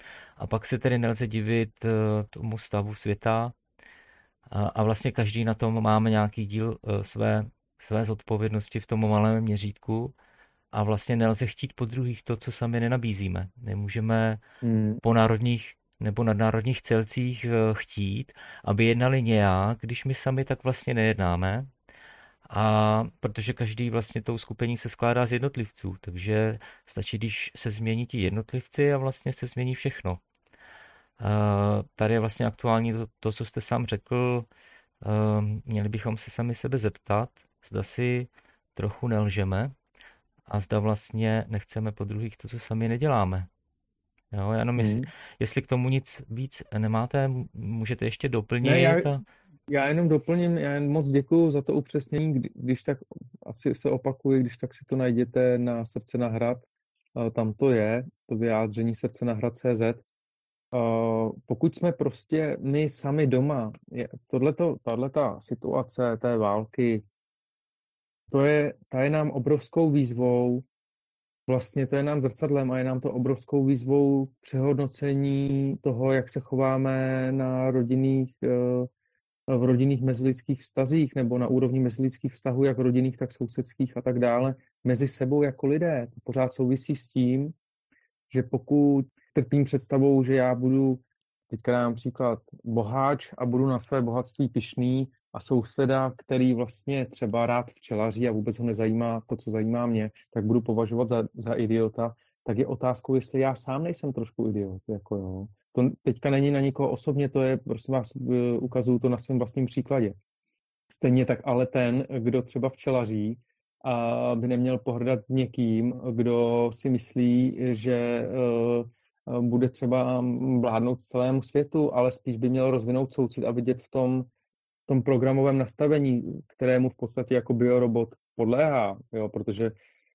A pak se tedy nelze divit tomu stavu světa a vlastně každý na tom máme nějaký díl své zodpovědnosti v tom malém měřítku a vlastně nelze chtít po druhých to, co sami nenabízíme. Nemůžeme po národních nebo nadnárodních celcích chtít, aby jednali nějak, když my sami tak vlastně nejednáme. A protože každý vlastně tou skupení se skládá z jednotlivců, takže stačí, když se změní ti jednotlivci a vlastně se změní všechno. Tady je vlastně aktuální to, co jste sám řekl, měli bychom se sami sebe zeptat, zda si trochu nelžeme a zda vlastně nechceme po druhých to, co sami neděláme. Jo, jenom jestli k tomu nic víc nemáte, můžete ještě doplnit. Ne, já jenom doplním, já jen moc děkuju za to upřesnění, když tak asi se opakuji, když tak si to najděte na Srdce na hrad, tam to je, to vyjádření Srdce na hrad CZ. Pokud jsme prostě my sami doma, tahleta situace té války, ta je nám obrovskou výzvou, vlastně to je nám zrcadlem a je nám to obrovskou výzvou přehodnocení toho, jak se chováme v rodinných mezilidských vztazích nebo na úrovni mezilidských vztahů, jak rodinných, tak sousedských a tak dále, mezi sebou jako lidé. To pořád souvisí s tím, že pokud trpím představou, že já budu, teďka dám příklad, boháč a budu na své bohatství pyšný a souseda, který vlastně třeba rád včelaří a vůbec ho nezajímá to, co zajímá mě, tak budu považovat za idiota, tak je otázkou, jestli já sám nejsem trošku idiot. Jako jo. To teďka není na nikoho osobně, to je, prosím vás, ukazuju to na svém vlastním příkladě. Stejně tak ale ten, kdo třeba včelaří, by neměl pohrdat někým, kdo si myslí, že bude třeba vládnout celému světu, ale spíš by měl rozvinout soucit a vidět v tom programovém nastavení, kterému v podstatě jako biorobot podléhá, jo, protože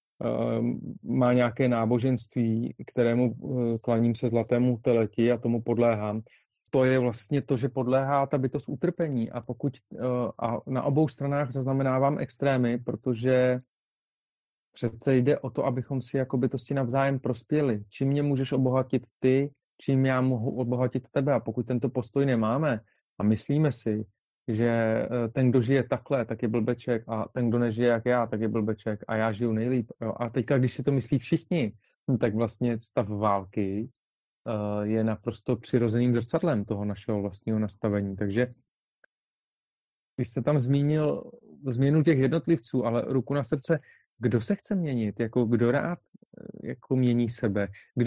má nějaké náboženství, kterému klaním se zlatému teleti a tomu podléhám. To je vlastně to, že podléhá ta bytost utrpení a a na obou stranách zaznamenávám extrémy, protože přece jde o to, abychom si jako bytosti navzájem prospěli. Čím mě můžeš obohatit ty, čím já mohu obohatit tebe. A pokud tento postoj nemáme a myslíme si, že ten, kdo žije takhle, tak je blbeček a ten, kdo nežije jak já, tak je blbeček a já žiju nejlíp. Jo. A teďka, když si to myslí všichni, tak vlastně stav války je naprosto přirozeným zrcadlem toho našeho vlastního nastavení. Takže když jste tam zmínil změnu těch jednotlivců, ale ruku na srdce, kdo se chce měnit? Jako kdo rád jako mění sebe?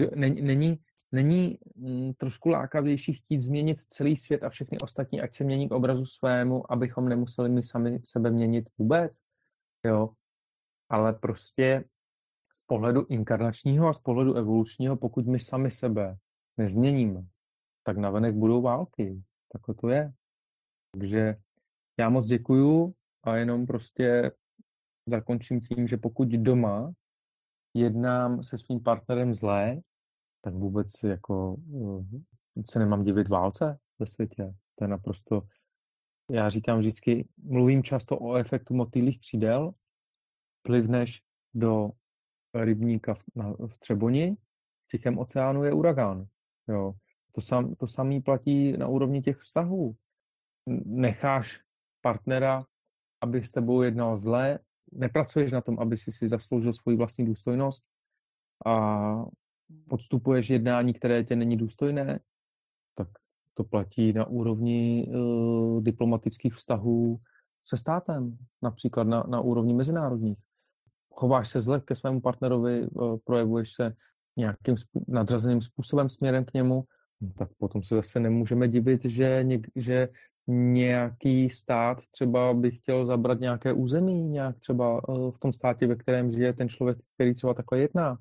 Není trošku lákavější chtít změnit celý svět a všechny ostatní, ať se mění k obrazu svému, abychom nemuseli my sami sebe měnit vůbec? Jo? Ale prostě z pohledu inkarnačního a z pohledu evolučního, pokud my sami sebe nezměníme, tak navenek budou války. Takhle to je. Takže já moc děkuju a jenom prostě zakončím tím, že pokud doma jednám se svým partnerem zlé, tak vůbec jako se nemám divit válce ve světě. To je naprosto, já říkám vždycky, mluvím často o efektu motýlích křídel, plivneš do rybníka v Třeboni, v Tichém oceánu je uragán. Jo. To samé platí na úrovni těch vztahů. Necháš partnera, aby s tebou jednal zlé, nepracuješ na tom, aby si zasloužil svoji vlastní důstojnost a podstupuješ jednání, které tě není důstojné, tak to platí na úrovni diplomatických vztahů se státem, například na úrovni mezinárodních. Chováš se zle ke svému partnerovi, projevuješ se nějakým nadřazeným způsobem směrem k němu, tak potom se zase nemůžeme divit, že nějaký stát třeba by chtěl zabrat nějaké území, nějak třeba v tom státě, ve kterém žije ten člověk, který třeba takhle jedná.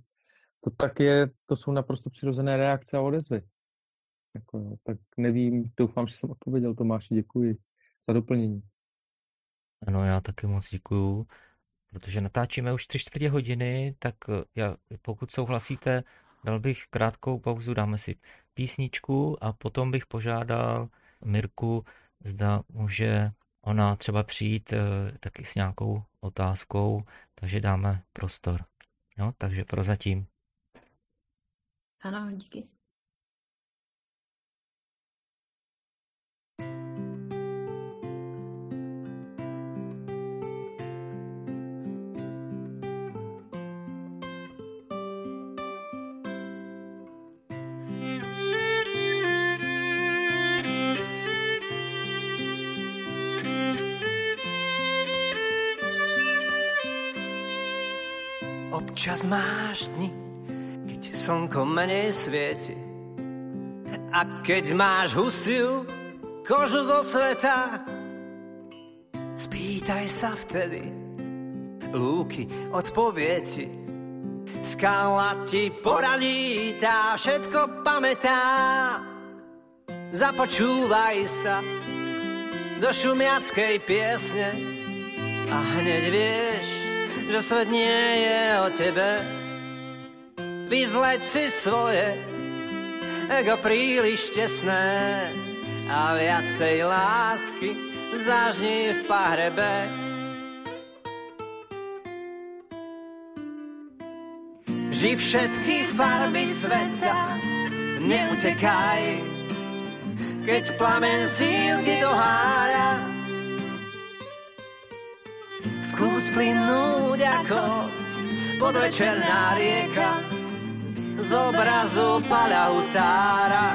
To jsou naprosto přirozené reakce a odezvy. Tak nevím, doufám, že jsem odpověděl, Tomáši, děkuji za doplnění. Ano, já taky moc děkuju, protože natáčíme už 3/4 hodiny, tak pokud souhlasíte, dal bych krátkou pauzu, dáme si písničku a potom bych požádal Mirku, zda může ona třeba přijít taky s nějakou otázkou, takže dáme prostor. Jo, takže prozatím. Ano, díky. Občas máš dni, keď slnko menej svieti. A keď máš husiu kožu zo sveta, spýtaj sa vtedy, lúky odpovie ti. Skala ti poradí, tá všetko pamätá. Započúvaj sa do šumiackej piesne a hneď vieš, že svet nie je o tebe. Vyzleď si svoje ego príliš tesné a viacej lásky zažni v pahrebe. Ži všetky farby sveta, neutekaj, keď plamen síl ti dohára. Skús plynúť ako podvečerná rieka z obrazu Páľa Husára.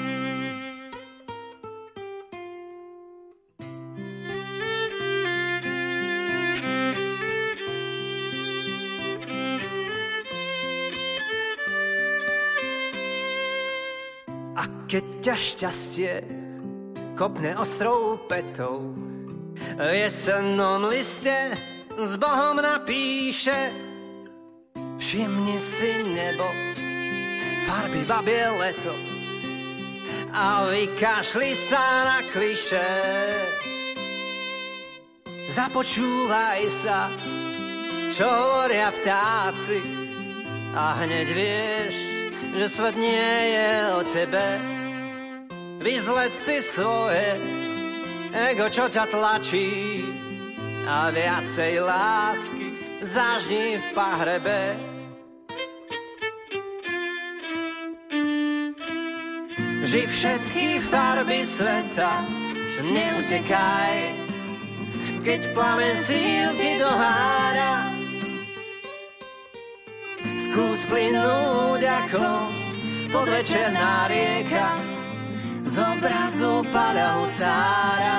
A keď ťa šťastie kopne ostrou petou, v jesennom liste s Bohom napíše: všimni si nebo, farby babie leto a vykašli sa na klišé. Započúvaj sa, čo hovoria vtáci a hneď vieš, že svet nie je o tebe. Vyzleď si svoje ego, čo ťa tlačí a viacej lásky zažni v pahrebe. Ži všetky farby sveta, neutekaj, keď plamen síl ti dohára. Skús plynúť ako podvečerná rieka z obrazu Páľa Husára.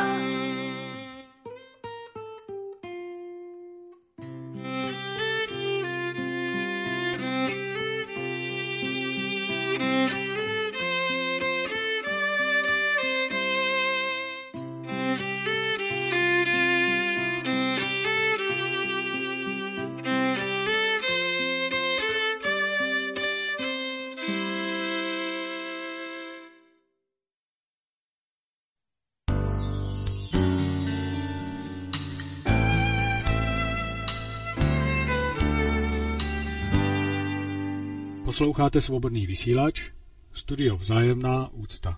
Posloucháte Svobodný vysílač, studio Vzájemná úcta.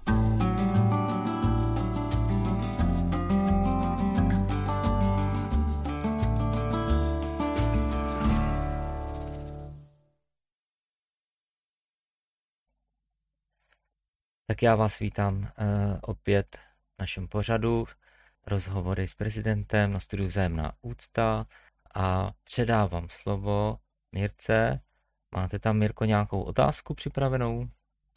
Tak já vás vítám opět v našem pořadu rozhovory s prezidentem na studiu Vzájemná úcta a předávám slovo Mirce. Máte tam, Mirko, nějakou otázku připravenou?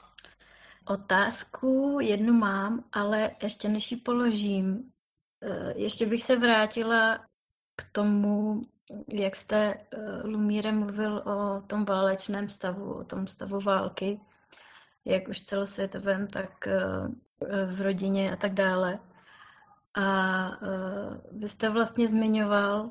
Otázku jednu mám, ale ještě než ji položím, ještě bych se vrátila k tomu, jak jste, Lumíre, mluvil o tom válečném stavu, o tom stavu války, jak už celosvětovém, tak v rodině a tak dále. A vy jste vlastně zmiňoval,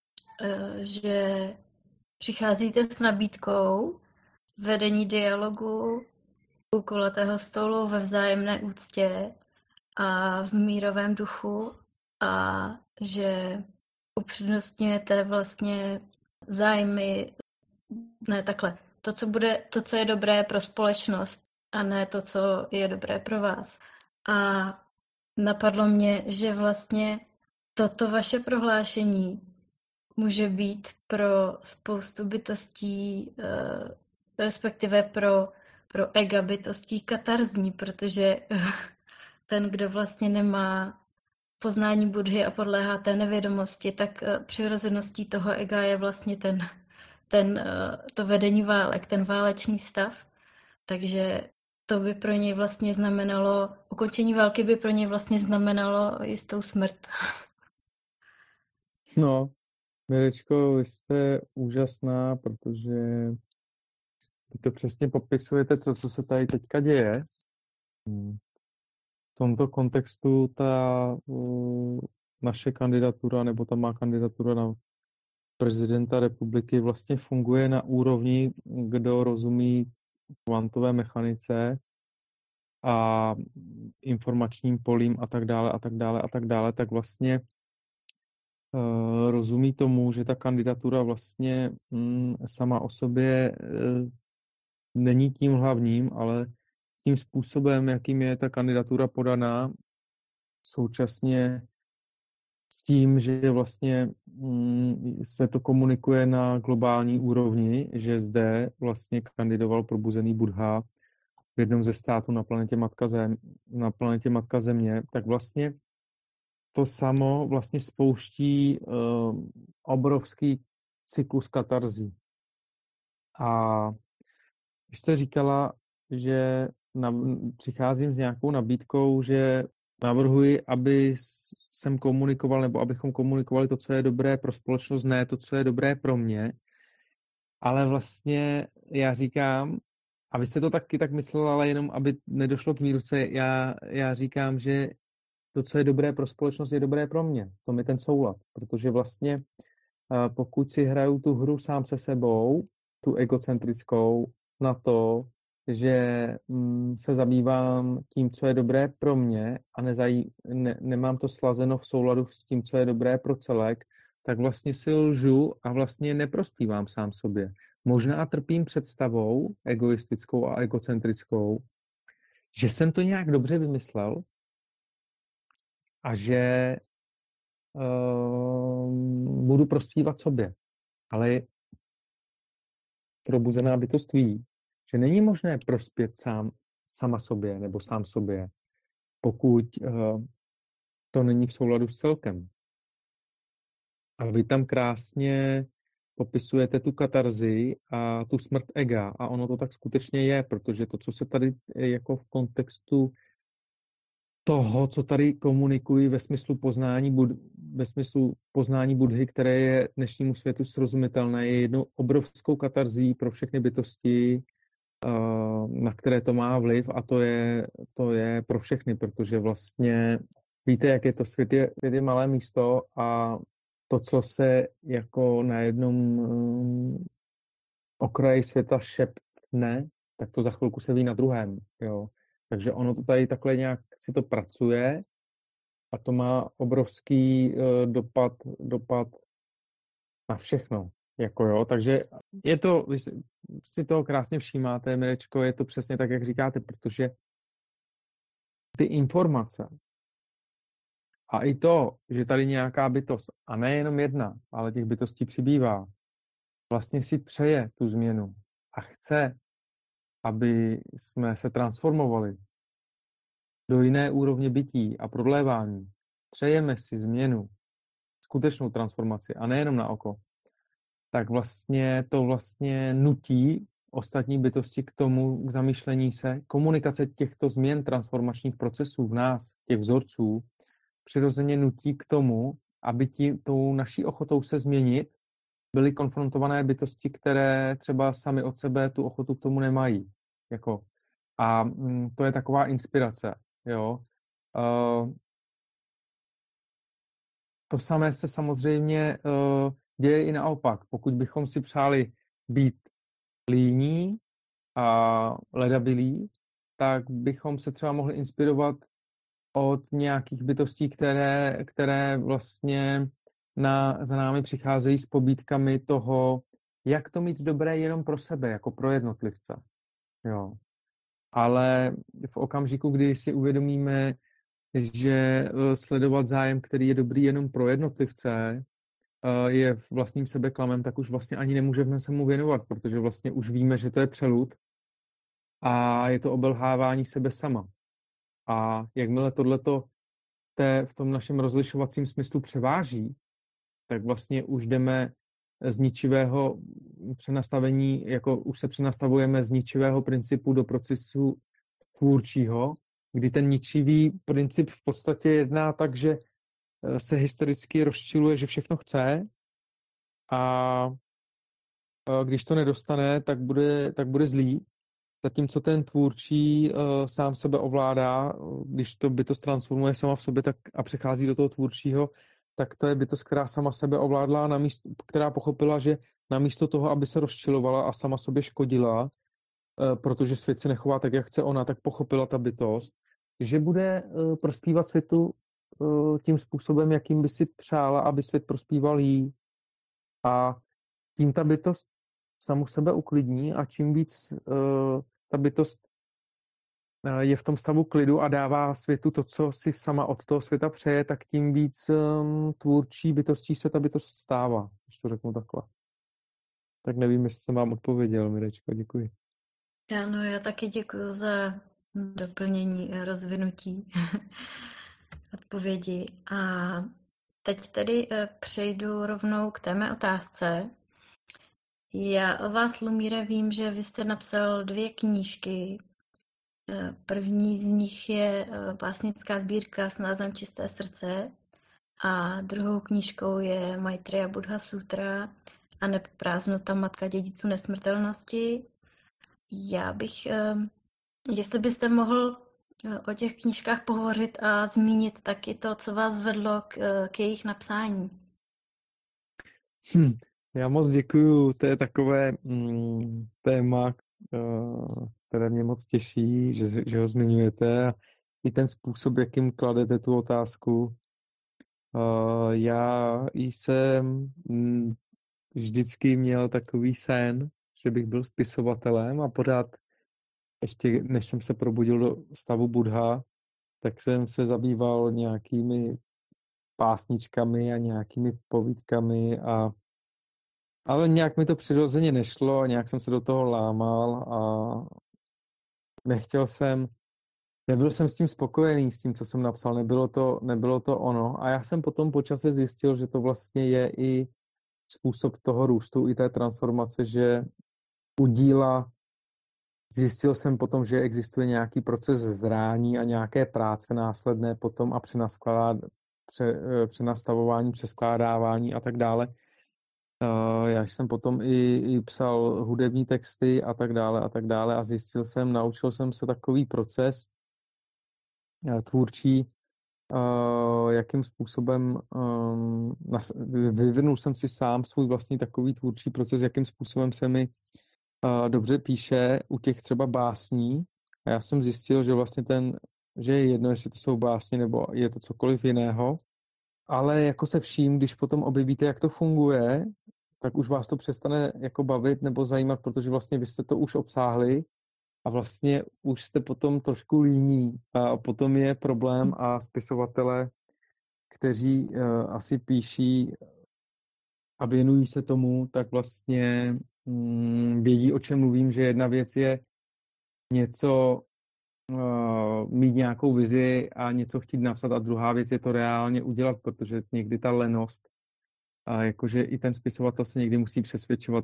že přicházíte s nabídkou vedení dialogu u kulatého stolu ve vzájemné úctě a v mírovém duchu a že upřednostňujete vlastně zájmy, ne takhle, to, co je dobré pro společnost a ne to, co je dobré pro vás. A napadlo mě, že vlastně toto vaše prohlášení může být pro spoustu bytostí, respektive pro ega bytostí katarzní, protože ten, kdo vlastně nemá poznání Buddhy a podléhá té nevědomosti, tak přirozeností toho ega je vlastně to vedení válek, ten válečný stav. Takže to by pro něj vlastně znamenalo, ukončení války by pro něj vlastně znamenalo jistou smrt. No, Mirečko, vy jste úžasná, protože vy to přesně popisujete, co se tady teďka děje. V tomto kontextu ta naše kandidatura, nebo ta má kandidatura na prezidenta republiky vlastně funguje na úrovni, kdo rozumí kvantové mechanice a informačním polím a tak dále, tak vlastně rozumí tomu, že ta kandidatura vlastně sama o sobě není tím hlavním, ale tím způsobem, jakým je ta kandidatura podaná, současně s tím, že vlastně se to komunikuje na globální úrovni, že zde vlastně kandidoval probuzený Buddha v jednom ze států na planetě Matka Země, tak vlastně to samo vlastně spouští obrovský cyklus katarzí. A vy jste říkala, že přicházím s nějakou nabídkou, že navrhuji, aby jsem komunikoval, nebo abychom komunikovali to, co je dobré pro společnost, ne to, co je dobré pro mě. Ale vlastně já říkám, a vy jste to taky tak myslela, ale jenom, aby nedošlo k mýlce, já říkám, že to, co je dobré pro společnost, je dobré pro mě. V tom je ten soulad, protože vlastně pokud si hraju tu hru sám se sebou, tu egocentrickou, na to, že se zabývám tím, co je dobré pro mě a nemám to slazeno v souladu s tím, co je dobré pro celek, tak vlastně si lžu a vlastně neprospívám sám sobě. Možná trpím představou egoistickou a egocentrickou, že jsem to nějak dobře vymyslel a že budu prospívat sobě. Ale probuzená bytost ví, že není možné prospět sama sobě nebo sám sobě, pokud to není v souladu s celkem. A vy tam krásně popisujete tu katarzi a tu smrt ega. A ono to tak skutečně je, protože to, co se tady jako v kontextu toho, co tady komunikují ve smyslu poznání Buddhy, které je dnešnímu světu srozumitelné, je jednou obrovskou katarzí pro všechny bytosti, na které to má vliv, a to je pro všechny, protože vlastně víte, jak je to, svět je malé místo a to, co se jako na jednom okraji světa šeptne, tak to za chvilku se ví na druhém, jo. Takže ono to tady takhle nějak si to pracuje a to má obrovský dopad na všechno. Jako jo. Takže je to, vy si toho krásně všímáte, Mirečko, je to přesně tak, jak říkáte, protože ty informace a i to, že tady nějaká bytost, a nejenom jedna, ale těch bytostí přibývá, vlastně si přeje tu změnu a chce, aby jsme se transformovali do jiné úrovně bytí a prodlévání. Přejeme si změnu, skutečnou transformaci a nejenom na oko. Tak vlastně to nutí ostatní bytosti k tomu, k zamýšlení se. Komunikace těchto změn transformačních procesů v nás, těch vzorců, přirozeně nutí k tomu, aby tou naší ochotou se změnit byly konfrontované bytosti, které třeba sami od sebe tu ochotu k tomu nemají. Jako. A to je taková inspirace. Jo. To samé se samozřejmě děje i naopak. Pokud bychom si přáli být líní a ledabilí, tak bychom se třeba mohli inspirovat od nějakých bytostí, které vlastně za námi přicházejí s pobídkami toho, jak to mít dobré jenom pro sebe, jako pro jednotlivce. Jo. Ale v okamžiku, kdy si uvědomíme, že sledovat zájem, který je dobrý jenom pro jednotlivce, je vlastním sebeklamem, tak už vlastně ani nemůžeme se mu věnovat, protože vlastně už víme, že to je přelud a je to obelhávání sebe sama. A jakmile tohleto v tom našem rozlišovacím smyslu převáží, tak vlastně už jdeme z ničivého přenastavení, jako už se přenastavujeme z ničivého principu do procesu tvůrčího, kdy ten ničivý princip v podstatě jedná tak, že se historicky rozčiluje, že všechno chce a když to nedostane, tak bude zlý. Zatímco ten tvůrčí sám sebe ovládá, když to bytost transformuje sama v sobě a přechází do toho tvůrčího, tak to je bytost, která sama sebe ovládla, která pochopila, že namísto toho, aby se rozčilovala a sama sobě škodila, protože svět se nechová tak, jak chce ona, tak pochopila ta bytost, že bude prospívat světu tím způsobem, jakým by si přála, aby svět prospíval jí. A tím ta bytost samu sebe uklidní a čím víc ta bytost je v tom stavu klidu a dává světu to, co si sama od toho světa přeje, tak tím víc tvůrčí bytostí se ta bytost stává, když to řeknu takhle. Tak nevím, jestli jsem vám odpověděl, Mirečko, děkuji. Ano, já taky děkuji za doplnění a rozvinutí odpovědi. A teď tedy přejdu rovnou k té mé otázce. Já o vás, Lumíre, vím, že vy jste napsal 2 knížky. První z nich je básnická sbírka s názvem Čisté srdce a druhou knížkou je Maitreya Buddha Sutra a neb prázdnota matka dědiců nesmrtelnosti. Já bych, jestli byste mohl o těch knížkách pohovořit a zmínit taky to, co vás vedlo k jejich napsání. Já moc děkuju, to je takové téma, které mě moc těší, že ho zmiňujete a i ten způsob, jakým kladete tu otázku. Já jsem vždycky měl takový sen, že bych byl spisovatelem a pořád, ještě než jsem se probudil do stavu Buddha, tak jsem se zabýval nějakými pásničkami a nějakými povídkami ale nějak mi to přirozeně nešlo a nějak jsem se do toho lámal a nebyl jsem s tím spokojený, s tím, co jsem napsal, nebylo to ono. A já jsem potom po čase zjistil, že to vlastně je i způsob toho růstu, i té transformace, že u díla zjistil jsem potom, že existuje nějaký proces zrání a nějaké práce následné potom a přenastavování, přeskládávání a tak dále. Já jsem potom i psal hudební texty a tak dále a naučil jsem se takový proces tvůrčí, jakým způsobem vyvinul jsem si sám svůj vlastní takový tvůrčí proces, jakým způsobem se mi dobře píše u těch třeba básní. A já jsem zjistil, že vlastně že je jedno, jestli to jsou básně nebo je to cokoliv jiného, ale jako se vším, když potom objevíte, jak to funguje, tak už vás to přestane jako bavit nebo zajímat, protože vlastně vy jste to už obsáhli a vlastně už jste potom trošku líní a potom je problém a spisovatelé, kteří asi píší a věnují se tomu, tak vlastně vědí, o čem mluvím, že jedna věc je něco mít nějakou vizi a něco chtít napsat a druhá věc je to reálně udělat, protože někdy ta lenost, jakože i ten spisovatel se někdy musí přesvědčovat,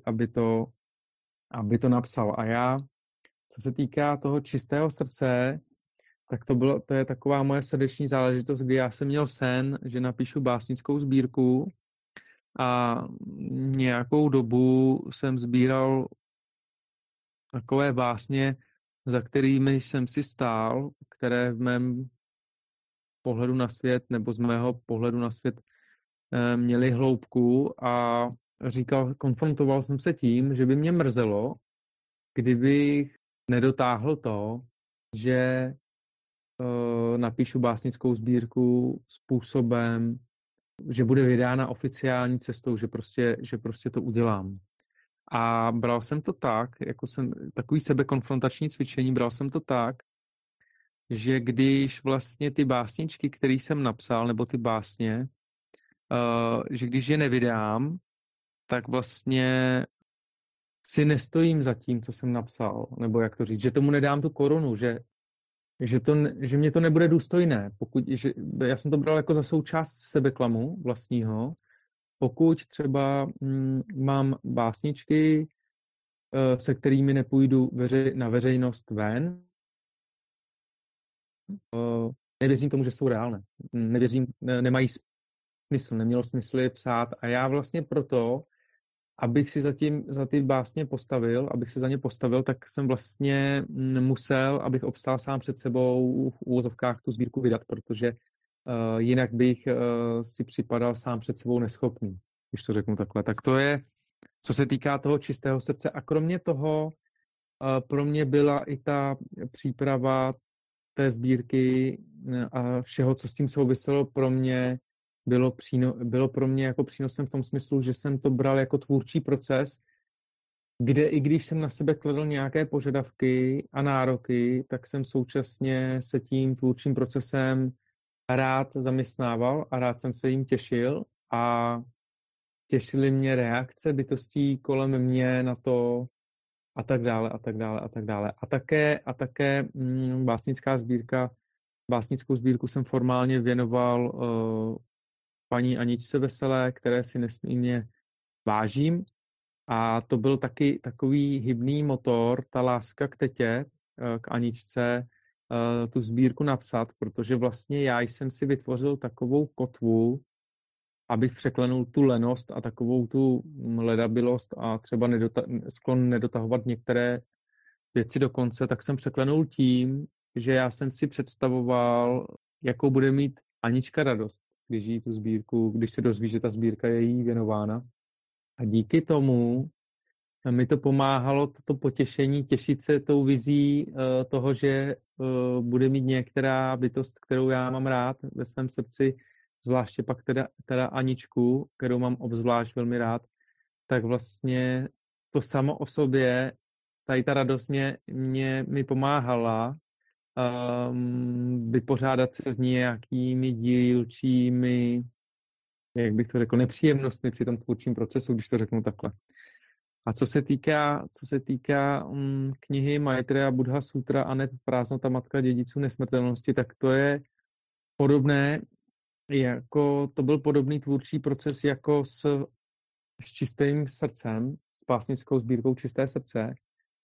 aby to napsal. A já, co se týká toho čistého srdce, tak to je taková moje srdeční záležitost, kdy já jsem měl sen, že napíšu básnickou sbírku a nějakou dobu jsem sbíral takové básně, za kterými jsem si stál, které v mém pohledu na svět nebo z mého pohledu na svět měly hloubku a konfrontoval jsem se tím, že by mě mrzelo, kdybych nedotáhl to, že napíšu básnickou sbírku způsobem, že bude vydána oficiální cestou, že prostě to udělám. A bral jsem to tak, takový sebekonfrontační cvičení, bral jsem to tak, že když vlastně ty básničky, které jsem napsal, nebo ty básně, že když je nevydám, tak vlastně si nestojím za tím, co jsem napsal, nebo jak to říct, že tomu nedám tu korunu, že mě to nebude důstojné. Já jsem to bral jako za součást sebeklamu vlastního. Pokud třeba mám básničky, se kterými nepůjdu na veřejnost ven, nevěřím tomu, že jsou reálné. Nemají smysl, nemělo smysl je psát a já vlastně proto, abych si za ty básně postavil, abych se za ně postavil, tak jsem vlastně musel, abych obstál sám před sebou v úvozovkách tu sbírku vydat, protože jinak bych si připadal sám před sebou neschopný, když to řeknu takhle. Tak to je, co se týká toho čistého srdce. A kromě toho pro mě byla i ta příprava té sbírky a všeho, co s tím souviselo, pro mě bylo pro mě jako přínosem v tom smyslu, že jsem to bral jako tvůrčí proces, kde i když jsem na sebe kladl nějaké požadavky a nároky, tak jsem současně se tím tvůrčím procesem rád zaměstnával a rád jsem se jim těšil a těšily mě reakce bytostí kolem mě na to a tak dále, a tak dále, a tak dále. A také básnickou sbírku jsem formálně věnoval paní Aničce Veselé, které si nesmírně vážím. A to byl taky takový hybný motor, ta láska k tetě, k Aničce, tu sbírku napsat, protože vlastně já jsem si vytvořil takovou kotvu, abych překlenul tu lenost a takovou tu ledabilost a třeba sklon nedotahovat některé věci do konce, tak jsem překlenul tím, že já jsem si představoval, jakou bude mít Anička radost, když jí tu sbírku, když se dozví, že ta sbírka je jí věnována. A díky tomu mi to pomáhalo, toto potěšení, těšit se tou vizí toho, že bude mít některá bytost, kterou já mám rád ve svém srdci, zvláště pak teda Aničku, kterou mám obzvlášť velmi rád, tak vlastně to samo o sobě, tady ta radost mi pomáhala vypořádat se s nějakými dílčími, jak bych to řekl, nepříjemnostmi při tom tvůrčím procesu, když to řeknu takhle. A co se týká knihy Maitreya Buddha Sutra a Prázdnota matka dědiců nesmrtelnosti, tak to je podobné, to byl podobný tvůrčí proces jako s čistým srdcem, s básnickou sbírkou Čisté srdce.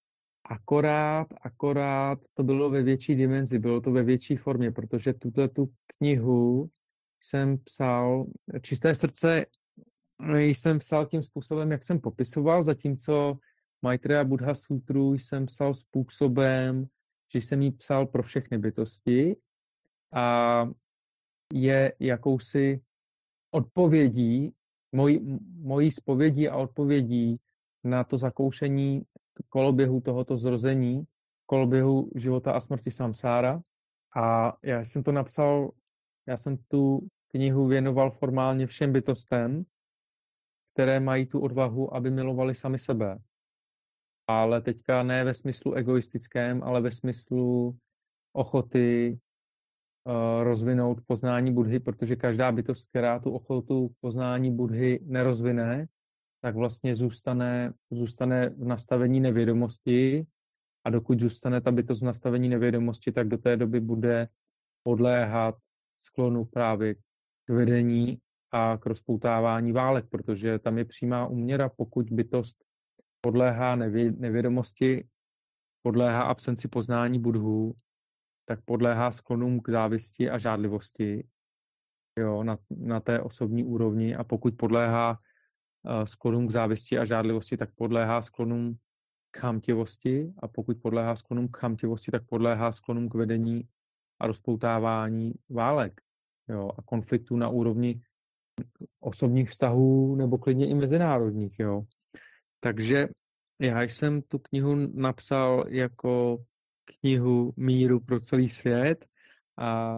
Akorát to bylo ve větší dimenzi, bylo to ve větší formě, protože tu knihu jsem psal, Čisté srdce jsem psal tím způsobem, jak jsem popisoval, zatímco Maitreya Buddha Sutru jsem psal způsobem, že jsem ji psal pro všechny bytosti a je jakousi odpovědí, mojí zpovědí a odpovědí na to zakoušení koloběhu tohoto zrození, koloběhu života a smrti samsára. A já jsem tu knihu věnoval formálně všem bytostem, které mají tu odvahu, aby milovali sami sebe. Ale teďka ne ve smyslu egoistickém, ale ve smyslu ochoty rozvinout poznání Buddhy, protože každá bytost, která tu ochotu poznání Buddhy nerozvine, tak vlastně zůstane v nastavení nevědomosti a dokud zůstane ta bytost v nastavení nevědomosti, tak do té doby bude podléhat sklonu právě k vedení a k rozpoutávání válek, protože tam je přímá úměra, pokud bytost podléhá nevědomosti, podléhá absenci poznání Buddhu, tak podléhá sklonům k závisti a žádlivosti, jo, na té osobní úrovni, a pokud podléhá sklonům k závisti a žádlivosti, tak podléhá sklonům k chamtivosti, a pokud podléhá sklonům k chamtivosti, tak podléhá sklonům k vedení a rozpoutávání válek, jo, a konfliktů na úrovni osobních vztahů nebo klidně i mezinárodních, jo. Takže já jsem tu knihu napsal jako knihu míru pro celý svět a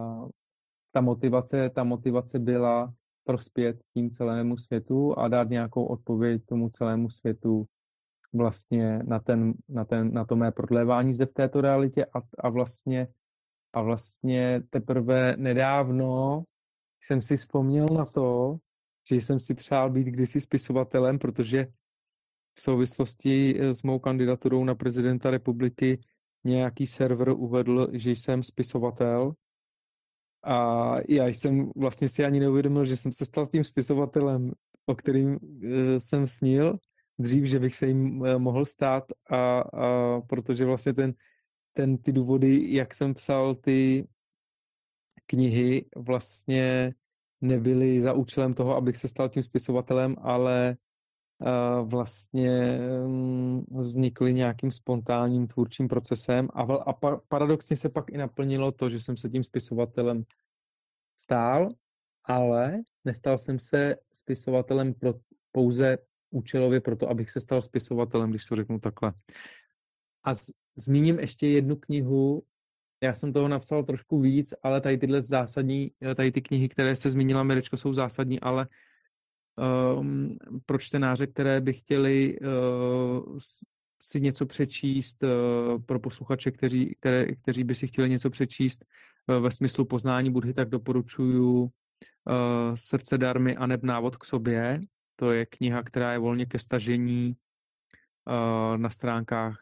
ta motivace byla prospět tím celému světu a dát nějakou odpověď tomu celému světu vlastně na to mé prodlévání zde v této realitě a vlastně teprve nedávno jsem si vzpomněl na to, že jsem si přál být kdysi spisovatelem, protože v souvislosti s mou kandidaturou na prezidenta republiky nějaký server uvedl, že jsem spisovatel, a já jsem vlastně si ani neuvědomil, že jsem se stal tím spisovatelem, o kterým jsem snil dřív, že bych se jim mohl stát, a protože vlastně ty důvody, jak jsem psal ty knihy, vlastně nebyly za účelem toho, abych se stal tím spisovatelem, ale vlastně vznikly nějakým spontánním tvůrčím procesem a paradoxně se pak i naplnilo to, že jsem se tím spisovatelem stál, ale nestal jsem se spisovatelem pouze účelově proto, abych se stal spisovatelem, když to řeknu takhle. A zmíním ještě jednu knihu. Já jsem toho napsal trošku víc, ale tady ty knihy, které jste zmínila, Mirečko, jsou zásadní, ale pro čtenáře, které by chtěli si něco přečíst, pro posluchače, kteří by si chtěli něco přečíst ve smyslu poznání Buddhy, tak doporučuju Srdce Dharmy aneb Návod k sobě. To je kniha, která je volně ke stažení na stránkách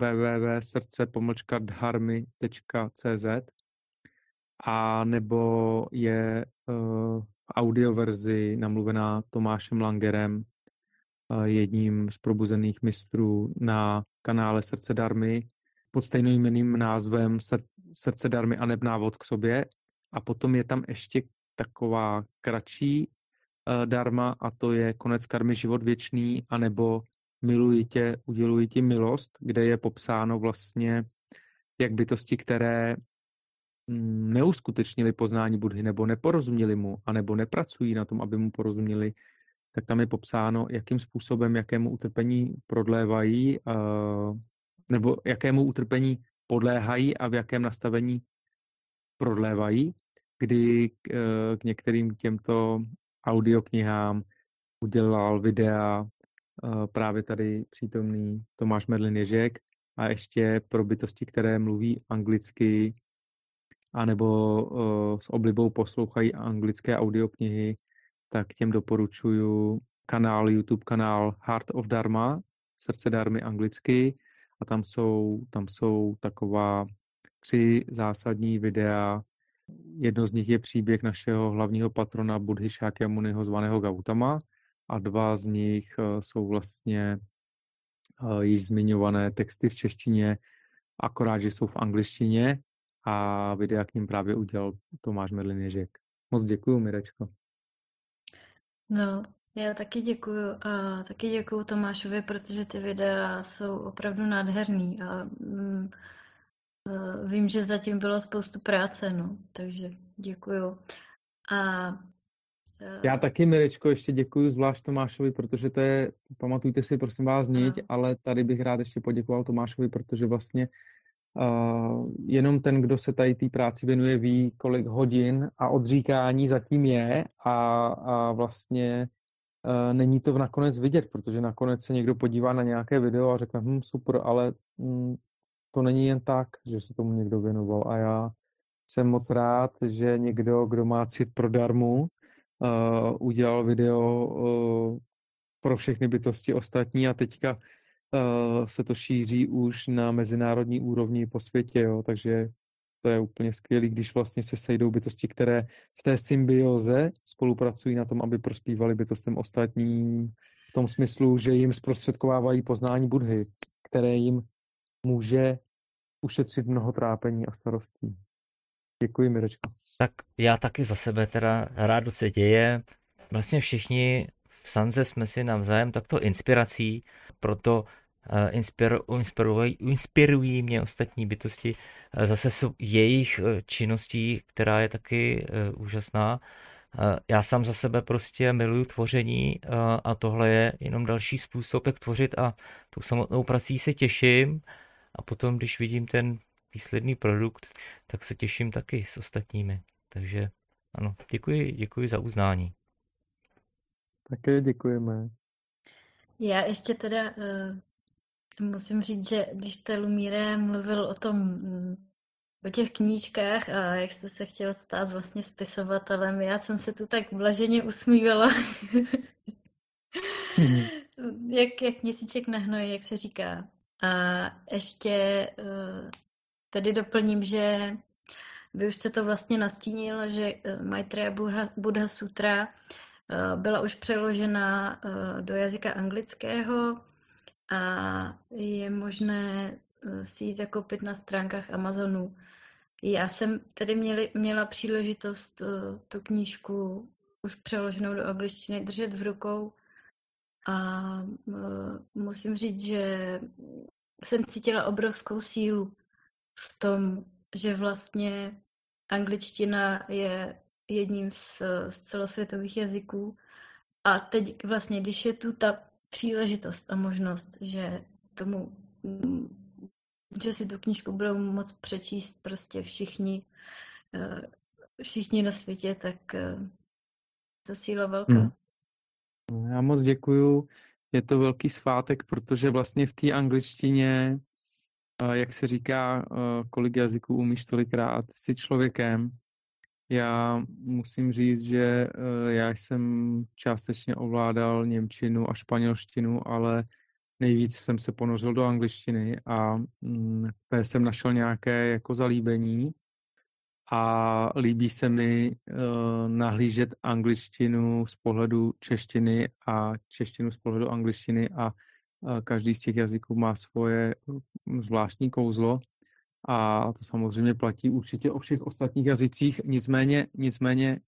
www.srdce-dharmy.cz a nebo je v audioverzi namluvená Tomášem Langerem, jedním z probuzených mistrů na kanále Srdce Dharmy pod stejnojmenným názvem Srdce Dharmy aneb Návod k sobě. A potom je tam ještě taková kratší dharma a to je Konec karmy, život věčný, anebo Miluji tě, uděluji ti milost, kde je popsáno vlastně, jak bytosti, které neuskutečnili poznání Buddhy, nebo neporozuměli mu, anebo nepracují na tom, aby mu porozuměli, tak tam je popsáno, jakým způsobem, jakému utrpení prodlévají, nebo jakému utrpení podléhají a v jakém nastavení prodlévají, kdy k některým těmto audioknihám udělal videa právě tady přítomný Tomáš Merlin Ježek a ještě pro bytosti, které mluví anglicky anebo s oblibou poslouchají anglické audioknihy, tak těm doporučuju YouTube kanál Heart of Dharma, Srdce Dharmy anglicky, a tam jsou taková 3 zásadní videa. Jedno z nich je příběh našeho hlavního patrona Buddhy Šákyamuniho zvaného Gautama a 2 z nich jsou vlastně již zmiňované texty v češtině, akorát, že jsou v angličtině a videa k ním právě udělal Tomáš Merlin Ježek. Moc děkuju, Mirečko. No, já taky děkuju a taky děkuju Tomášovi, protože ty videa jsou opravdu nádherný a vím, že zatím bylo spoustu práce, no, takže děkuju. A já taky, Mirečko, ještě děkuju zvlášť Tomášovi, protože to je, pamatujte si, prosím vás, niť, ale tady bych rád ještě poděkoval Tomášovi, protože vlastně jenom ten, kdo se tady té práci věnuje, ví, kolik hodin a odříkání zatím je a vlastně není to nakonec vidět, protože nakonec se někdo podívá na nějaké video a řekne, super, ale to není jen tak, že se tomu někdo věnoval a já jsem moc rád, že někdo, kdo má cit pro dharmu, udělal video pro všechny bytosti ostatní a teďka se to šíří už na mezinárodní úrovni po světě, jo, takže to je úplně skvělý, když vlastně se sejdou bytosti, které v té symbioze spolupracují na tom, aby prospívali bytostem ostatním v tom smyslu, že jim zprostředkovávají poznání Buddhy, které jim může ušetřit mnoho trápení a starostí. Děkuji, Mirečko. Tak já taky za sebe teda rád se děje. Vlastně všichni v Sanze jsme si navzájem takto inspirací, proto inspirují mě ostatní bytosti zase jejich činností, která je taky úžasná. Já sám za sebe prostě miluju tvoření a tohle je jenom další způsob, jak tvořit a tou samotnou prací se těším a potom, když vidím ten výsledný produkt, tak se těším taky s ostatními. Takže ano, děkuji za uznání. Také děkujeme. Já ještě teda musím říct, že když jste, Lumíre, mluvil o těch knížkách a jak jste se chtěl stát vlastně spisovatelem, já jsem se tu tak blaženě usmívala. jak měsíček na hnoji, jak se říká. A ještě tady doplním, že vy už jste to vlastně nastínil, že Maitreya Buddha Sutra byla už přeložena do jazyka anglického a je možné si ji zakoupit na stránkách Amazonu. Já jsem tedy měla příležitost tu knížku už přeloženou do angličtiny držet v rukou. A musím říct, že jsem cítila obrovskou sílu v tom, že vlastně angličtina je jedním z celosvětových jazyků. A teď vlastně, když je tu ta příležitost a možnost, že si tu knížku budou moc přečíst prostě všichni na světě, tak to síla velká. Já moc děkuju. Je to velký svátek, protože vlastně v té angličtině, jak se říká, kolik jazyků umíš, tolikrát jsi člověkem. Já musím říct, že já jsem částečně ovládal němčinu a španělštinu, ale nejvíc jsem se ponořil do angličtiny a v té jsem našel nějaké jako zalíbení a líbí se mi nahlížet angličtinu z pohledu češtiny a češtinu z pohledu angličtiny a každý z těch jazyků má svoje zvláštní kouzlo. A to samozřejmě platí určitě o všech ostatních jazycích. Nicméně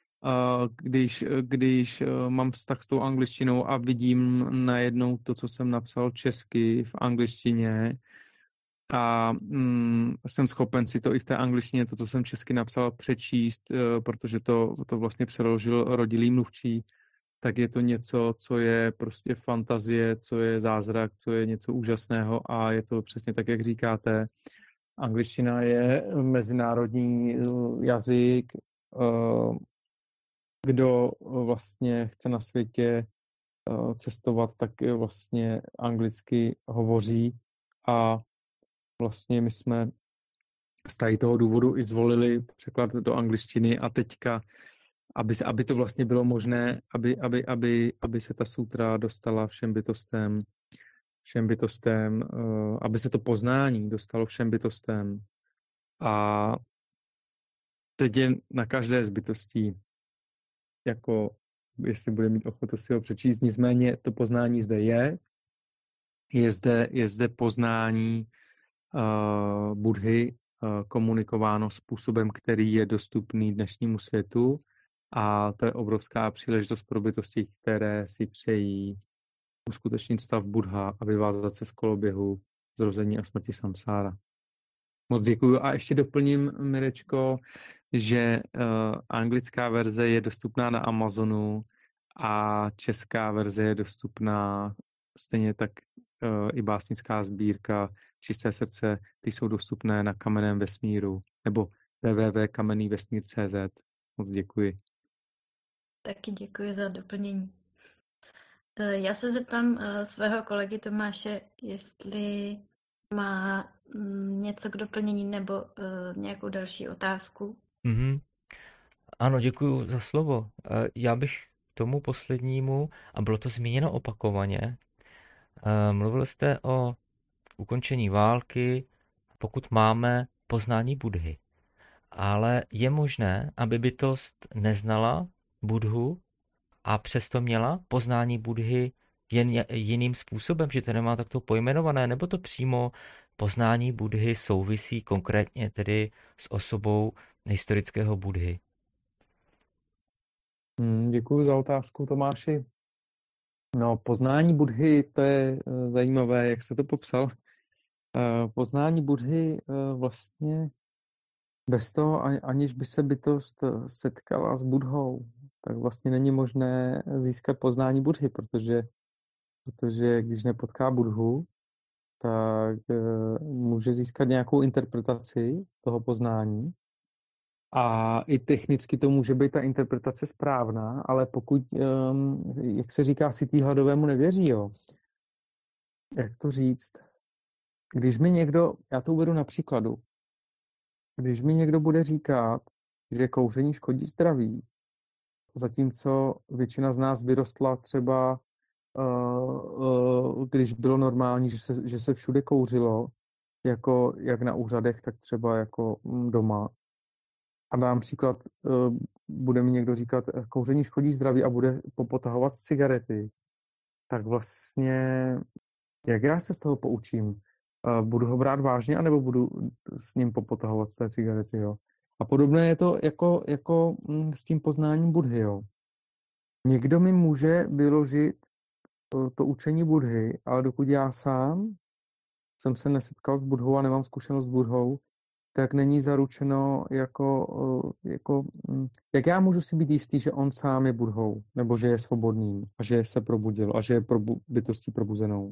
když mám vztah s tou angličtinou a vidím najednou to, co jsem napsal česky v angličtině a jsem schopen si to i v té angličtině, to, co jsem česky napsal, přečíst, protože to vlastně přeložil rodilý mluvčí, tak je to něco, co je prostě fantazie, co je zázrak, co je něco úžasného a je to přesně tak, jak říkáte. Angličtina je mezinárodní jazyk. Kdo vlastně chce na světě cestovat, tak vlastně anglicky hovoří a vlastně my jsme z toho důvodu i zvolili překlad do angličtiny a teďka, aby to vlastně bylo možné, aby se ta sutra dostala všem bytostem, aby se to poznání dostalo všem bytostem. A teď je na každé z bytostí, jako jestli bude mít ochotu si ho přečíst. Nicméně to poznání zde je zde poznání Buddhy komunikováno způsobem, který je dostupný dnešnímu světu a to je obrovská příležitost pro bytosti, které si přejí uskutečnit stav Buddha a vyvázat se z koloběhu zrození a smrti samsára. Moc děkuju a ještě doplním, Mirečko, že anglická verze je dostupná na Amazonu a česká verze je dostupná stejně tak i básnická sbírka Čisté srdce, ty jsou dostupné na Kamenném vesmíru nebo www.kamennývesmír.cz. Moc děkuji. Taky děkuji za doplnění. Já se zeptám svého kolegy Tomáše, jestli má něco k doplnění nebo nějakou další otázku. Mm-hmm. Ano, děkuji za slovo. Já bych tomu poslednímu, a bylo to zmíněno opakovaně, mluvil jste o ukončení války, pokud máme poznání Buddhy. Ale je možné, aby bytost neznala Buddhu a přesto měla poznání Buddhy jen jiným způsobem, že to nemá takto pojmenované, nebo to přímo poznání Buddhy souvisí konkrétně tedy s osobou historického Buddhy? Děkuji za otázku, Tomáši. No, poznání Buddhy, to je zajímavé, jak jste to popsal. Poznání Buddhy vlastně bez toho, aniž by se bytost setkala s Buddhou, tak vlastně není možné získat poznání Buddhy, protože když nepotká Buddhu, tak může získat nějakou interpretaci toho poznání a i technicky to může být ta interpretace správná, ale pokud, jak se říká, sytý hladovému nevěří, jo. Jak to říct? Když mi někdo, já to uvedu na příkladu, když mi někdo bude říkat, že kouření škodí zdraví, zatímco většina z nás vyrostla třeba, když bylo normální, že se všude kouřilo, jako jak na úřadech, tak třeba jako doma. A dám příklad, bude mi někdo říkat, kouření škodí zdraví a bude popotahovat cigarety, tak vlastně, jak já se z toho poučím? Budu ho brát vážně, anebo budu s ním popotahovat z té cigarety, jo? A podobné je to jako s tím poznáním Buddhy, jo? Někdo mi může vyložit to učení Buddhy, ale dokud já sám jsem se nesetkal s Buddhou a nemám zkušenost s Buddhou, tak není zaručeno jak já můžu si být jistý, že on sám je Buddhou, nebo že je svobodný a že se probudil a že je bytostí probuzenou.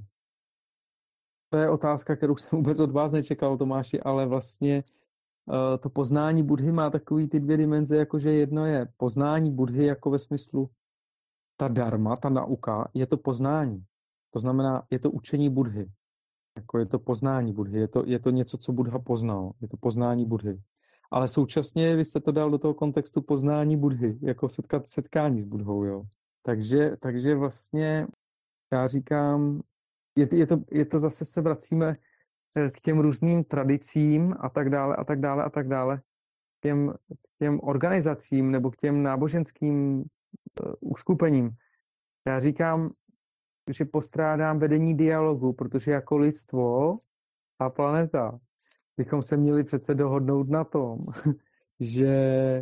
To je otázka, kterou jsem vůbec od vás nečekal, Tomáši, ale vlastně to poznání Buddhy má takový ty dvě dimenze, jakože jedno je poznání Buddhy jako ve smyslu ta dharma, ta nauka, je to poznání. To znamená, je to učení Buddhy. Jako je to poznání Buddhy, je to něco, co Buddha poznal, je to poznání Buddhy. Ale současně vy jste to dal do toho kontextu poznání Buddhy, jako setkání s Buddhou, jo. Takže vlastně já říkám, je to zase se vracíme k těm různým tradicím a tak dále, k těm organizacím nebo k těm náboženským uskupením. Já říkám, že postrádám vedení dialogu, protože jako lidstvo a planeta bychom se měli přece dohodnout na tom, že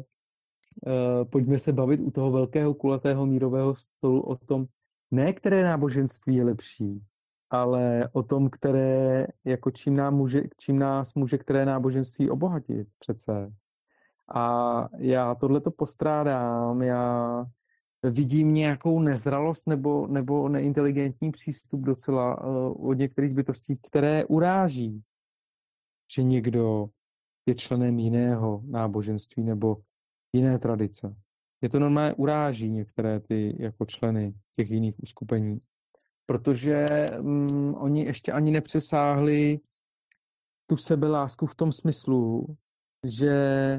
pojďme se bavit u toho velkého kulatého mírového stolu o tom, ne které náboženství je lepší, ale o tom, které, jako čím nás může které náboženství obohatit přece. A já tohleto postrádám, já vidím nějakou nezralost nebo neinteligentní přístup docela od některých bytostí, které uráží, že někdo je členem jiného náboženství nebo jiné tradice. Je to normálně uráží některé ty jako členy těch jiných uskupení, protože oni ještě ani nepřesáhli tu sebelásku v tom smyslu, že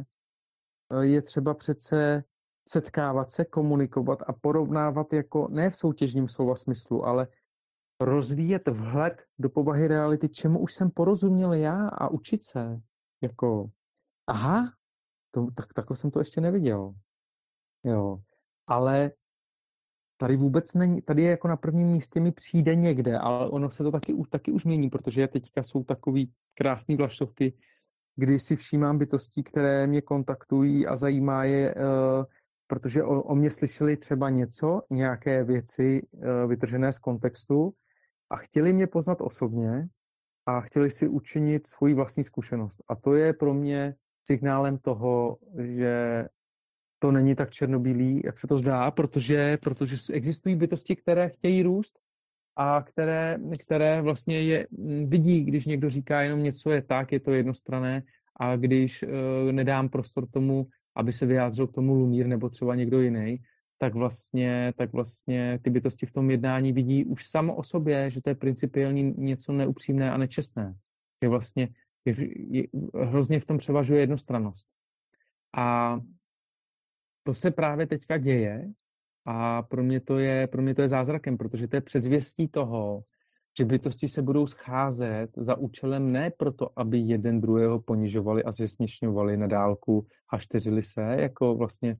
je třeba přece setkávat se, komunikovat a porovnávat jako ne v soutěžním slova smyslu, ale rozvíjet vhled do povahy reality, čemu už jsem porozuměl já a učit se. Jako, aha, takhle jsem to ještě neviděl. Jo, ale tady vůbec není, tady je jako na prvním místě mi přijde někde, ale ono se to taky už mění, protože teďka jsou takový krásný vlaštovky, kdy si všímám bytostí, které mě kontaktují a zajímá je, protože o mě slyšeli třeba nějaké věci vytržené z kontextu a chtěli mě poznat osobně a chtěli si učinit svoji vlastní zkušenost. A to je pro mě signálem toho, že to není tak černobílý, jak se to zdá, protože existují bytosti, které chtějí růst a které vlastně vidí, když někdo říká jenom něco je tak, je to jednostranné, a když nedám prostor tomu, aby se vyjádřil k tomu Lumír nebo třeba někdo jiný, tak vlastně ty bytosti v tom jednání vidí už samo o sobě, že to je principiálně něco neupřímné a nečestné. Že vlastně hrozně v tom převažuje jednostrannost. A to se právě teďka děje a pro mě to je zázrakem, protože to je předzvěstí toho, že bytosti se budou scházet za účelem ne proto, aby jeden druhého ponižovali a zesměšňovali na dálku a šteřili se, jako vlastně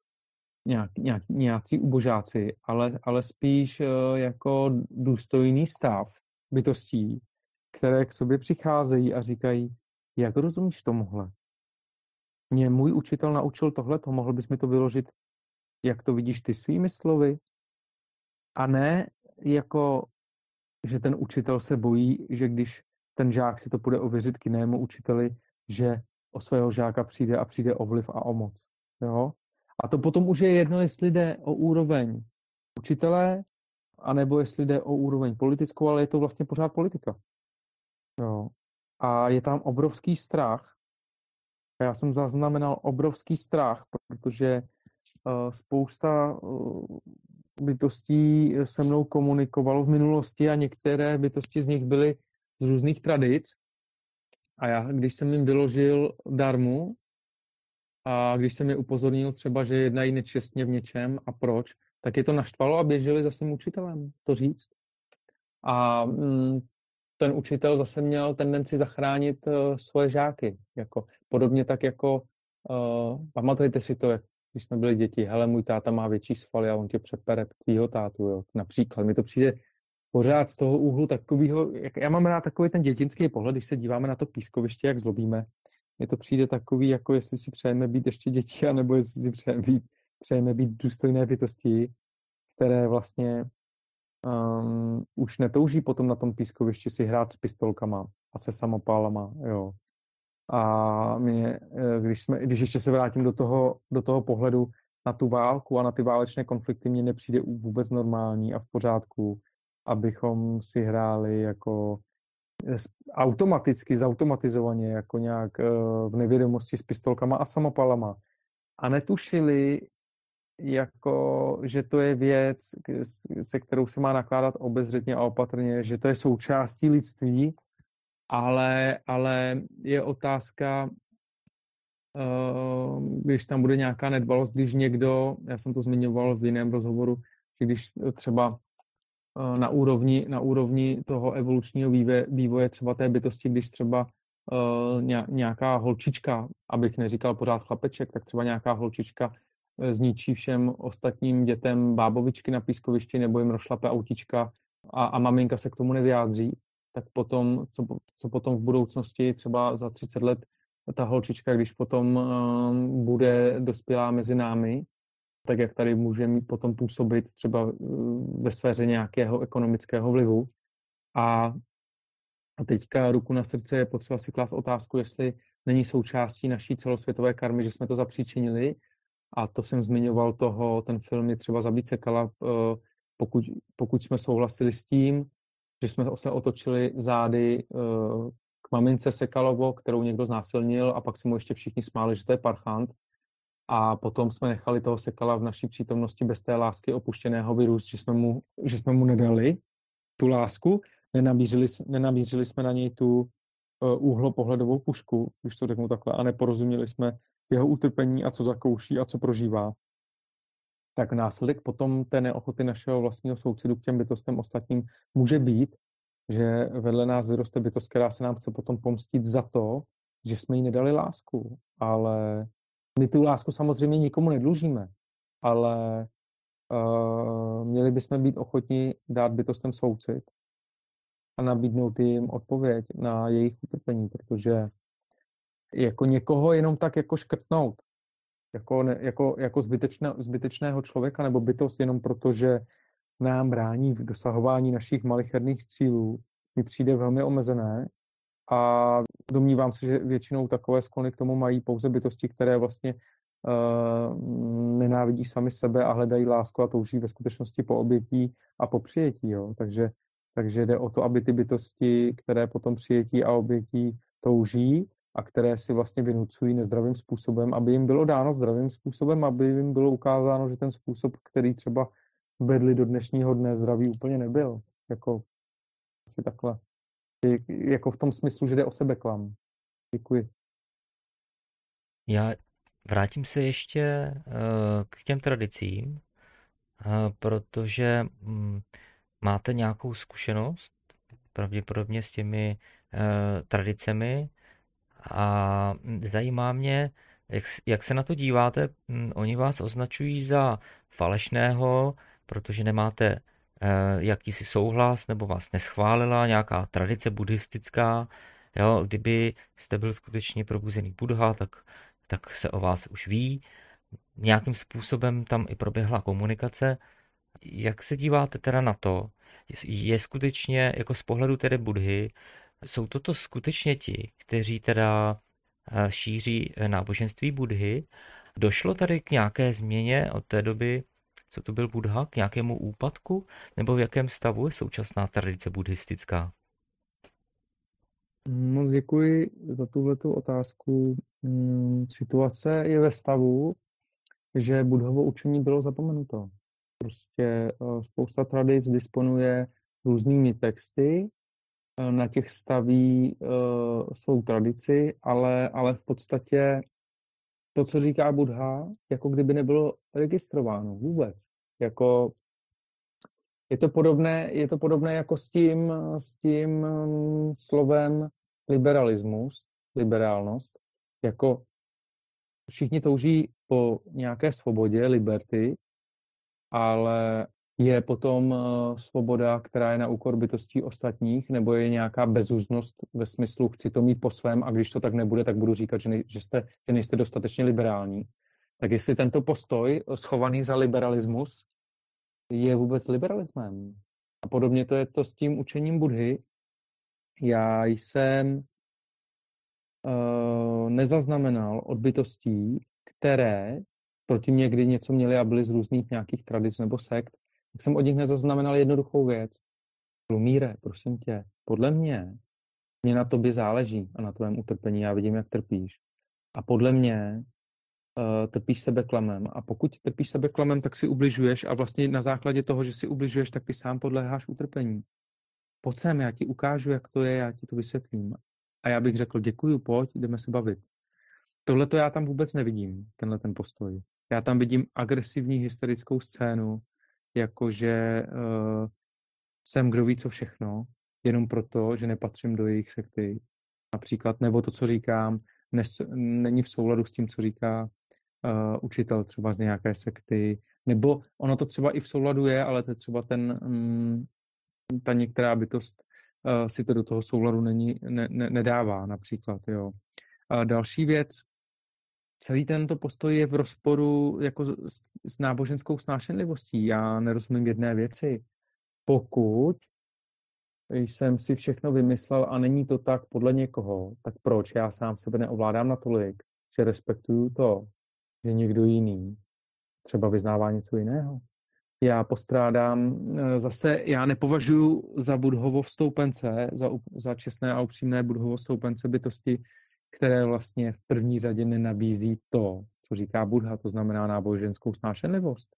nějací ubožáci, ale spíš jako důstojný stav bytostí, které k sobě přicházejí a říkají, jak rozumíš tomuhle? Mě můj učitel naučil tohleto, mohl bys mi to vyložit, jak to vidíš ty svými slovy? A ne jako, že ten učitel se bojí, že když ten žák si to půjde ověřit k jinému učiteli, že o svého žáka přijde o vliv a o moc. Jo? A to potom už je jedno, jestli jde o úroveň učitele, anebo jestli jde o úroveň politickou, ale je to vlastně pořád politika. Jo? A je tam obrovský strach. Já jsem zaznamenal obrovský strach, protože spousta bytostí se mnou komunikovalo v minulosti a některé bytosti z nich byly z různých tradic. A já, když jsem jim vyložil dharmu a když jsem je upozornil třeba, že jednají nečestně v něčem a proč, tak je to naštvalo a běželi za svým učitelem to říct. A ten učitel zase měl tendenci zachránit svoje žáky. Podobně tak jako, pamatujete si to, když jsme byli děti, hele, můj táta má větší svaly a on tě přepere tvýho tátu, jo. Například. Mi to přijde pořád z toho úhlu takového, já mám rád takový ten dětinský pohled, když se díváme na to pískoviště, jak zlobíme. Mně to přijde takový, jako jestli si přejeme být ještě děti, anebo jestli si přejeme být důstojné bytosti. které vlastně už netouží potom na tom pískovišti si hrát s pistolkama a se samopálama, jo. A když ještě se vrátím do toho pohledu na tu válku a na ty válečné konflikty, mně nepřijde vůbec normální a v pořádku, abychom si hráli jako automaticky, zautomatizovaně, jako nějak v nevědomosti s pistolkama a samopalama. A netušili, jako, že to je věc, se kterou se má nakládat obezřetně a opatrně, že to je součástí lidství, ale je otázka, když tam bude nějaká nedbalost, když někdo, já jsem to zmiňoval v jiném rozhovoru, že když třeba na úrovni toho evolučního vývoje třeba té bytosti, když třeba nějaká holčička, abych neříkal pořád chlapeček, tak třeba nějaká holčička zničí všem ostatním dětem bábovičky na pískovišti nebo jim rozšlape autička a maminka se k tomu nevyjádří, tak potom, co potom v budoucnosti, třeba za 30 let, ta holčička, když potom bude dospělá mezi námi, tak jak tady může mít potom působit třeba ve sféře nějakého ekonomického vlivu. A teďka ruku na srdce je potřeba si klást otázku, jestli není součástí naší celosvětové karmy, že jsme to zapříčinili. A to jsem zmiňoval ten film je třeba Zabít Sekala, pokud jsme souhlasili s tím, že jsme se otočili zády k mamince Sekalovo, kterou někdo znásilnil a pak se mu ještě všichni smáli, že to je parchant. A potom jsme nechali toho Sekala v naší přítomnosti bez té lásky opuštěného vyrůst, že jsme mu nedali tu lásku, nenamířili jsme na něj tu úhlopohledovou pušku, když to řeknu takhle, a neporozuměli jsme jeho utrpení a co zakouší a co prožívá. Tak následek potom té neochoty našeho vlastního soucitu k těm bytostem ostatním může být, že vedle nás vyroste bytost, která se nám chce potom pomstit za to, že jsme jí nedali lásku. Ale my tu lásku samozřejmě nikomu nedlužíme, ale měli bychom být ochotni dát bytostem soucit a nabídnout jim odpověď na jejich utrpení, protože jako někoho jenom tak jako škrtnout, jako zbytečného člověka nebo bytost jenom proto, že nám brání v dosahování našich malicherných cílů, mi přijde velmi omezené a domnívám se, že většinou takové sklony k tomu mají pouze bytosti, které vlastně nenávidí sami sebe a hledají lásku a touží ve skutečnosti po obětí a po přijetí. Jo? Takže jde o to, aby ty bytosti, které potom přijetí a obětí touží a které si vlastně vynucují nezdravým způsobem, aby jim bylo dáno zdravým způsobem, aby jim bylo ukázáno, že ten způsob, který třeba vedli do dnešního dne, zdravý úplně nebyl. Jako asi takhle. Jako v tom smyslu, že jde o sebeklam. Děkuji. Já vrátím se ještě k těm tradicím, protože máte nějakou zkušenost pravděpodobně s těmi tradicemi a zajímá mě, jak se na to díváte. Oni vás označují za falešného, protože nemáte jakýsi souhlas nebo vás neschválila nějaká tradice buddhistická. Jo, kdyby jste byl skutečně probuzený Buddha, tak se o vás už ví. Nějakým způsobem tam i proběhla komunikace. Jak se díváte teda na to? Je skutečně, jako z pohledu tedy Buddhy, jsou toto skutečně ti, kteří teda šíří náboženství Buddhy? Došlo tady k nějaké změně od té doby, co to byl Buddha, k nějakému úpadku? Nebo v jakém stavu je současná tradice buddhistická? Moc děkuji za tuhletu otázku. Situace je ve stavu, že Buddhovo učení bylo zapomenuto. Prostě spousta tradic disponuje různými texty, na těch staví svou tradici, ale v podstatě to, co říká Buddha, jako kdyby nebylo registrováno vůbec. Jako je to podobné jako s tím slovem liberálnost. Jako všichni touží po nějaké svobodě, liberty, ale je potom svoboda, která je na úkor bytostí ostatních, nebo je nějaká bezúznost ve smyslu chci to mít po svém a když to tak nebude, tak budu říkat, že nejste dostatečně liberální. Tak jestli tento postoj schovaný za liberalismus je vůbec liberalismem. A podobně to je to s tím učením Buddhy. Já jsem nezaznamenal od bytostí, které proti mě kdy něco měly a byly z různých nějakých tradic nebo sekt, tak jsem od nich nezaznamenal jednoduchou věc. Lumíre, prosím tě, podle mě na tobě záleží a na tvém utrpení. Já vidím, jak trpíš. A podle mě trpíš sebeklamem. A pokud trpíš sebeklamem, tak si ubližuješ a vlastně na základě toho, že si ubližuješ, tak ty sám podléháš utrpení. Pojď sem, já ti ukážu, jak to je, já ti to vysvětlím. A já bych řekl, děkuju, pojď, jdeme se bavit. Tohle to já tam vůbec nevidím, tenhle ten postoj. Já tam vidím agresivní hysterickou scénu, jakože jsem kdo ví co všechno, jenom proto, že nepatřím do jejich sekty. Například, nebo to, co říkám, není v souladu s tím, co říká učitel třeba z nějaké sekty, nebo ono to třeba i v souladu je, ale to je třeba ta některá bytost si to do toho souladu nedává například. Jo. A další věc, celý tento postoj je v rozporu jako s náboženskou snášenlivostí. Já nerozumím jedné věci. Pokud jsem si všechno vymyslel a není to tak podle někoho, tak proč já sám sebe neovládám natolik, že respektuju to, že někdo jiný třeba vyznává něco jiného. Já postrádám, zase já nepovažuji za Buddhovo vstoupence, za čestné a upřímné Buddhovo vstoupence bytosti, které vlastně v první řadě nenabízí to, co říká Buddha, to znamená náboženskou snášenlivost.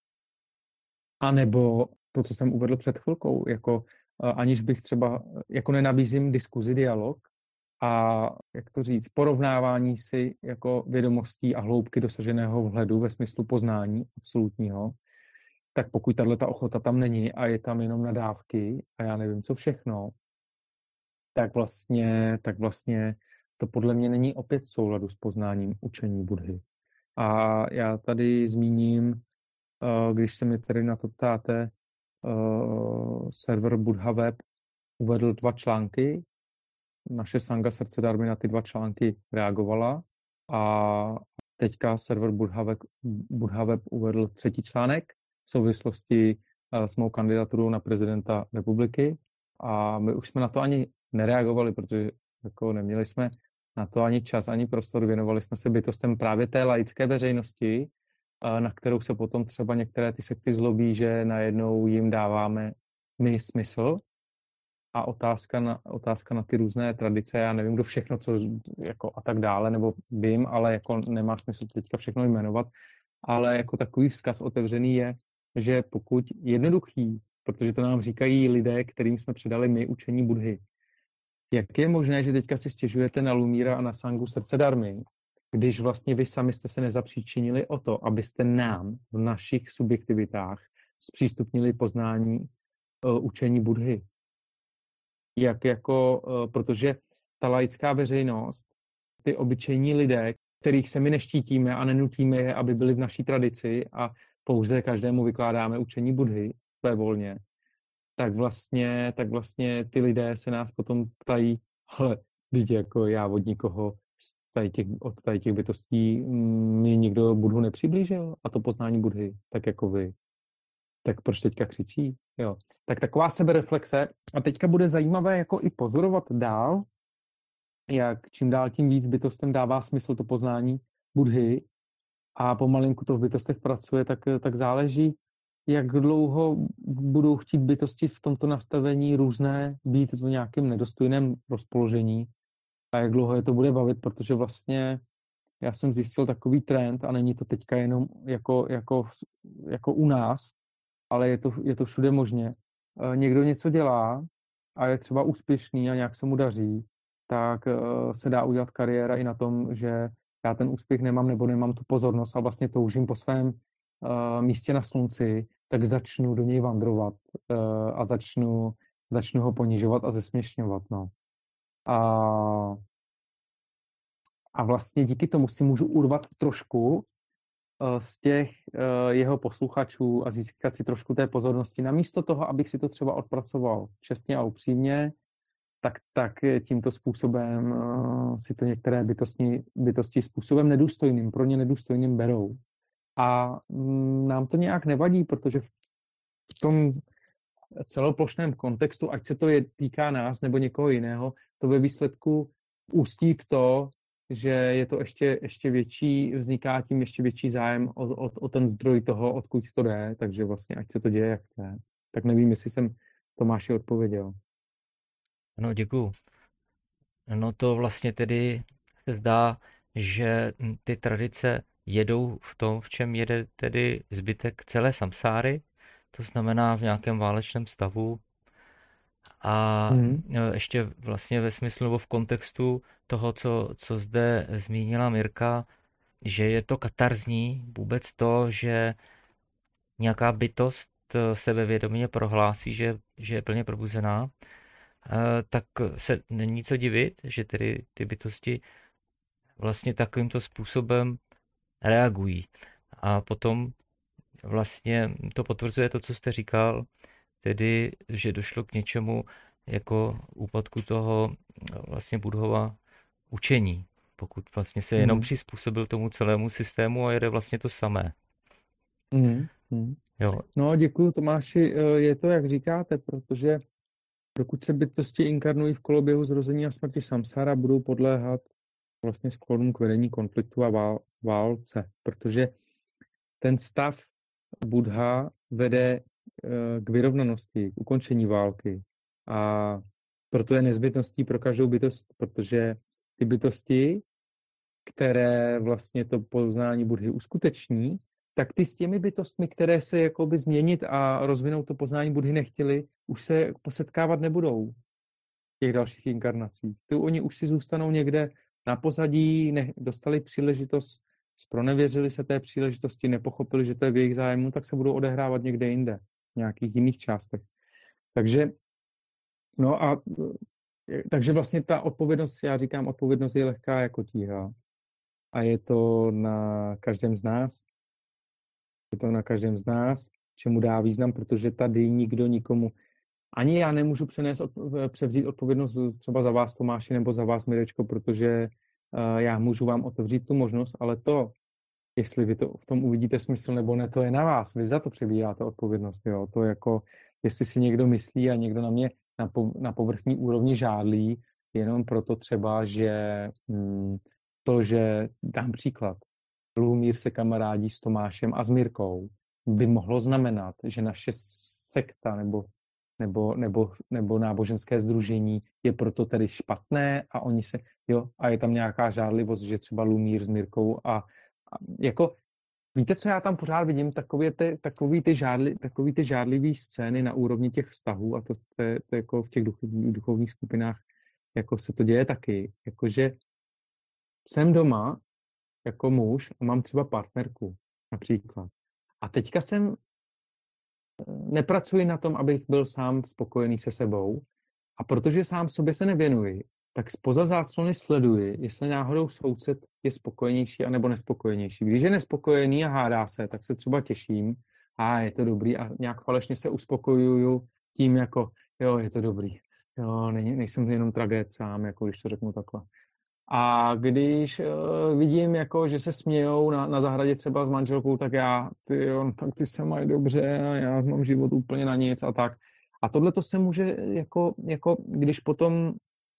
A nebo to, co jsem uvedl před chvilkou, jako aniž bych třeba, jako nenabízím diskuzi, dialog a, jak to říct, porovnávání si jako vědomostí a hloubky dosaženého vhledu ve smyslu poznání absolutního, tak pokud tato ochota tam není a je tam jenom nadávky a já nevím, co všechno, tak vlastně to podle mě není opět v souladu s poznáním učení Buddhy. A já tady zmíním, když se mi tady na to ptáte, server Buddha Web uvedl 2 články. Naše Sanga Srdce Dharmy na ty 2 články reagovala a teďka server Buddha Web uvedl 3. článek v souvislosti s mou kandidaturou na prezidenta republiky a my už jsme na to ani nereagovali, protože jako neměli jsme na to ani čas, ani prostor, věnovali jsme se bytostem právě té laické veřejnosti, na kterou se potom třeba některé ty sekty zlobí, že najednou jim dáváme my smysl. A otázka na ty různé tradice, já nevím, kdo všechno, co jako a tak dále, nebo vím, ale jako nemá smysl teďka všechno jmenovat, ale jako takový vzkaz otevřený je, že pokud jednoduchý, protože to nám říkají lidé, kterým jsme předali my učení Buddhy, jak je možné, že teďka si stěžujete na Lumíra a na Sangu Srdce Dharmy, když vlastně vy sami jste se nezapříčinili o to, abyste nám v našich subjektivitách zpřístupnili poznání učení Buddhy. Protože ta laická veřejnost, ty obyčejní lidé, kterých se my neštítíme a nenutíme je, aby byli v naší tradici a pouze každému vykládáme učení Buddhy svévolně, tak vlastně ty lidé se nás potom ptají, ale teď jako já od nikoho od těch bytostí mi nikdo Buddhu nepřiblížil a to poznání Buddhy, tak jako vy. Tak proč teďka křičí? Jo. Tak taková sebereflexe. A teďka bude zajímavé jako i pozorovat dál, jak čím dál tím víc bytostem dává smysl to poznání Buddhy a pomalinku to v bytostech pracuje, tak záleží, jak dlouho budou chtít bytosti v tomto nastavení různé být v nějakém nedostojném rozpoložení a jak dlouho je to bude bavit, protože vlastně já jsem zjistil takový trend a není to teďka jenom jako u nás, ale je to všude možně. Někdo něco dělá a je třeba úspěšný a nějak se mu daří, tak se dá udělat kariéra i na tom, že já ten úspěch nemám nebo nemám tu pozornost a vlastně toužím po svém místě na slunci, tak začnu do něj vandrovat a začnu ho ponižovat a zesměšňovat. No. A vlastně díky tomu si můžu urvat trošku z těch jeho posluchačů a získat si trošku té pozornosti. Namísto toho, abych si to třeba odpracoval čestně a upřímně, tak tímto způsobem si to některé bytosti způsobem nedůstojným, pro ně nedůstojným berou. A nám to nějak nevadí, protože v tom celoplošném kontextu, ať se to týká nás nebo někoho jiného, to ve výsledku ústí v to, že je to ještě větší, vzniká tím ještě větší zájem o ten zdroj toho, odkud to jde, takže vlastně ať se to děje, jak chce. Tak nevím, jestli jsem Tomáši odpověděl. No, děkuju. No to vlastně tedy se zdá, že ty tradice jedou v tom, v čem jede tedy zbytek celé samsáry, to znamená v nějakém válečném stavu a ještě vlastně ve smyslu nebo v kontextu toho, co zde zmínila Mirka, že je to katarzní vůbec to, že nějaká bytost sebevědomě prohlásí, že je plně probuzená, tak se není co divit, že tedy ty bytosti vlastně takovýmto způsobem reagují. A potom vlastně to potvrzuje to, co jste říkal, tedy, že došlo k něčemu jako úpadku toho vlastně Buddhova učení, pokud vlastně se jenom přizpůsobil tomu celému systému a jede vlastně to samé. Jo. No, děkuju Tomáši, je to, jak říkáte, protože dokud se bytosti inkarnují v koloběhu zrození a smrti samsára, budou podléhat vlastně sklonům k vedení konfliktu a válce, protože ten stav Buddha vede k vyrovnanosti, k ukončení války a proto je nezbytností pro každou bytost, protože ty bytosti, které vlastně to poznání Buddhy uskuteční, tak ty s těmi bytostmi, které se jakoby změnit a rozvinout to poznání Buddhy nechtěli, už se posetkávat nebudou v těch dalších inkarnacích. Oni už si zůstanou někde na pozadí, dostali příležitost, zpronevěřili se té příležitosti, nepochopili, že to je v jejich zájmu, tak se budou odehrávat někde jinde, v nějakých jiných částech. Takže vlastně ta odpovědnost, já říkám, odpovědnost je lehká jako tíha. A je to na každém z nás. Čemu dá význam, protože tady nikdo nikomu, ani já nemůžu převzít odpovědnost třeba za vás, Tomáši, nebo za vás, Mirečko, protože já můžu vám otevřít tu možnost, ale to, jestli vy to v tom uvidíte smysl nebo ne, to je na vás. Vy za to přebíráte odpovědnost. Jo. To jako, jestli si někdo myslí a někdo na mě na povrchní úrovni žádlí, jenom proto třeba, že že dám příklad, Lumír se kamarádí s Tomášem a s Mirkou, by mohlo znamenat, že naše sekta nebo náboženské sdružení je proto tedy špatné a oni se, a je tam nějaká žádlivost, že třeba Lumír s Mirkou a jako, víte, co já tam pořád vidím, takový ty žádlivý scény na úrovni těch vztahů a to je jako v těch duchovních skupinách, jako se to děje taky, jakože jsem doma jako muž a mám třeba partnerku například. A teďka nepracuji na tom, abych byl sám spokojený se sebou a protože sám sobě se nevěnuji, tak spoza záclony sleduji, jestli náhodou soused je spokojenější anebo nespokojenější. Když je nespokojený a hádá se, tak se třeba těším, je to dobrý a nějak falešně se uspokojuju tím jako, je to dobrý. Nejsem jenom tragéd sám, jako když to řeknu takhle. A když vidím, jako, že se smějou na zahradě třeba s manželkou, tak tak ty se mají dobře a já mám život úplně na nic a tak. A tohle to se může, jako když potom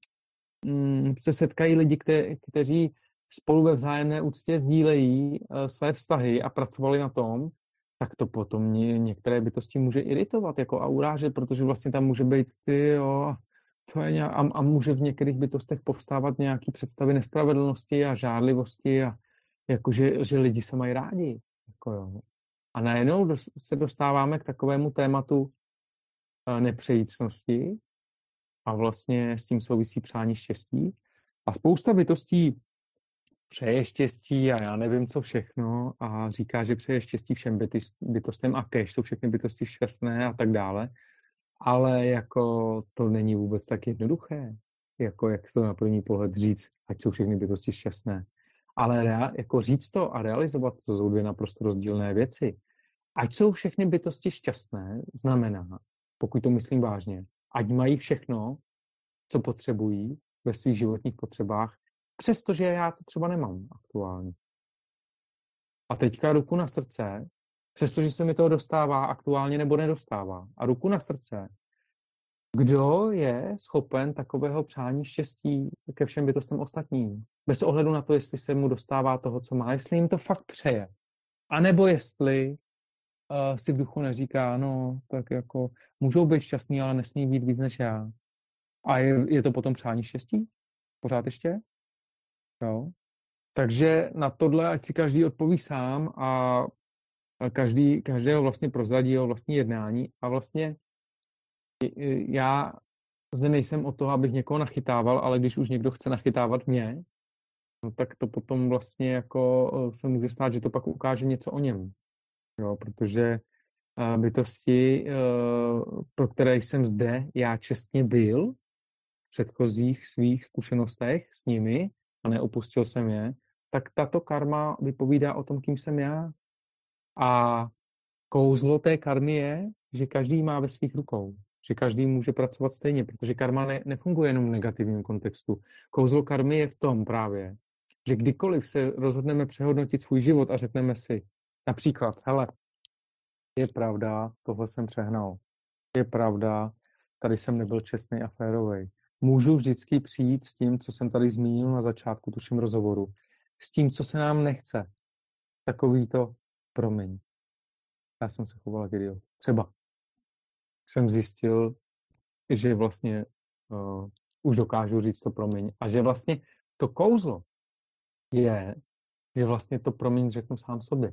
se setkají lidi, kteří spolu ve vzájemné úctě sdílejí své vztahy a pracovali na tom, tak to potom některé bytosti může iritovat jako a urážet, protože vlastně tam může být to je a může v některých bytostech povstávat nějaké představy nespravedlnosti a žádlivosti a jakože že lidi se mají rádi. A najednou se dostáváme k takovému tématu nepřejícnosti a vlastně s tím souvisí přání štěstí. A spousta bytostí přeje štěstí a já nevím co všechno a říká, že přeje štěstí všem bytostem a kéž jsou všechny bytosti šťastné a tak dále. Ale jako to není vůbec tak jednoduché, jako jak se to na první pohled říct, ať jsou všechny bytosti šťastné. Ale jako říct to a realizovat, to jsou dvě naprosto rozdílné věci. Ať jsou všechny bytosti šťastné, znamená, pokud to myslím vážně, ať mají všechno, co potřebují ve svých životních potřebách, přestože já to třeba nemám aktuálně. A teďka ruku na srdce, Přestože se mi toho dostává aktuálně nebo nedostává. A ruku na srdce, kdo je schopen takového přání štěstí ke všem bytostem ostatním? Bez ohledu na to, jestli se mu dostává toho, co má, jestli jim to fakt přeje. A nebo jestli si v duchu neříká, no, tak jako můžou být šťastní, ale nesmí být víc než já. A je to potom přání štěstí? Pořád ještě? Jo. Takže na tohle, ať si každý odpoví sám a každého vlastně prozradí jeho vlastní jednání. A vlastně já zde nejsem o toho, abych někoho nachytával, ale když už někdo chce nachytávat mě, no tak to potom vlastně jako se může stát, že to pak ukáže něco o něm. Jo, protože bytosti, pro které jsem zde já čestně byl, v předchozích svých zkušenostech s nimi a neopustil jsem je, tak tato karma vypovídá o tom, kým jsem já. A kouzlo té karmy je, že každý má ve svých rukou. Že každý může pracovat stejně, protože karma nefunguje jenom v negativním kontextu. Kouzlo karmy je v tom právě, že kdykoliv se rozhodneme přehodnotit svůj život a řekneme si například, hele, je pravda, tohle jsem přehnal. Je pravda, tady jsem nebyl čestný a férovej. Můžu vždycky přijít s tím, co jsem tady zmínil na začátku tuším rozhovoru. S tím, co se nám nechce. Takový to promiň. Já jsem se choval jak idiot. Třeba jsem zjistil, že vlastně už dokážu říct to promiň. A že vlastně to kouzlo je, že vlastně to promiň řeknu sám sobě.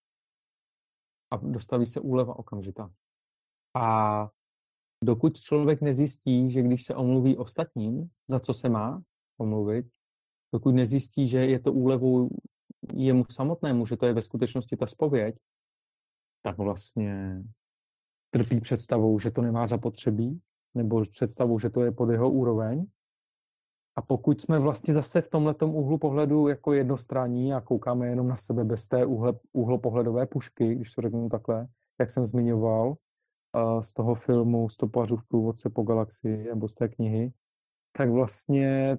A dostaví se úleva okamžitá. A dokud člověk nezjistí, že když se omluví ostatním, za co se má omluvit, dokud nezjistí, že je to úlevou jemu samotnému, že to je ve skutečnosti ta zpověď, tak vlastně trpí představou, že to nemá zapotřebí, nebo představou, že to je pod jeho úroveň. A pokud jsme vlastně zase v tomhletom úhlu pohledu jako jednostranní a koukáme jenom na sebe bez té úhlopohledové pušky, když to řeknu takhle, jak jsem zmiňoval, z toho filmu Stopařův průvodce po galaxii nebo z té knihy, tak vlastně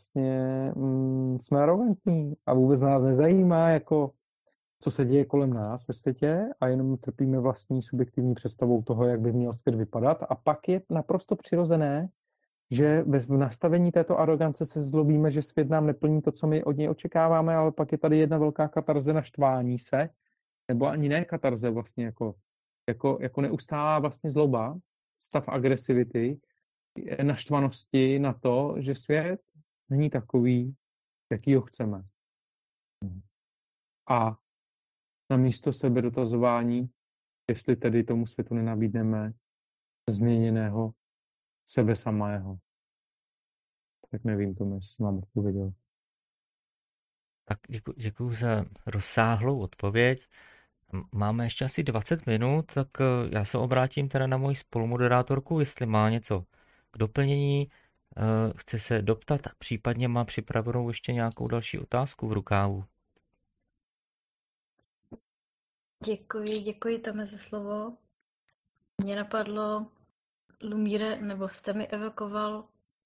jsme arrogantní a vůbec nás nezajímá, jako, co se děje kolem nás ve světě a jenom trpíme vlastní subjektivní představou toho, jak by měl svět vypadat. A pak je naprosto přirozené, že v nastavení této arogance se zlobíme, že svět nám neplní to, co my od něj očekáváme, ale pak je tady jedna velká katarze naštvání se, nebo ani ne katarze vlastně, jako neustálá vlastně zloba, stav agresivity, naštvanosti na to, že svět není takový, jaký ho chceme. A namísto sebedotazování, jestli tedy tomu světu nenabídneme změněného sebe samého. Tak nevím, tomu jestli mám odpověděl. Tak děkuji za rozsáhlou odpověď. Máme ještě asi 20 minut, tak já se obrátím teda na moji spolumoderátorku, jestli má něco k doplnění, chce se doptat a případně má připravenou ještě nějakou další otázku v rukávu. Děkuji Tome za slovo. Mě napadlo, Lumíre, nebo jste mi evokoval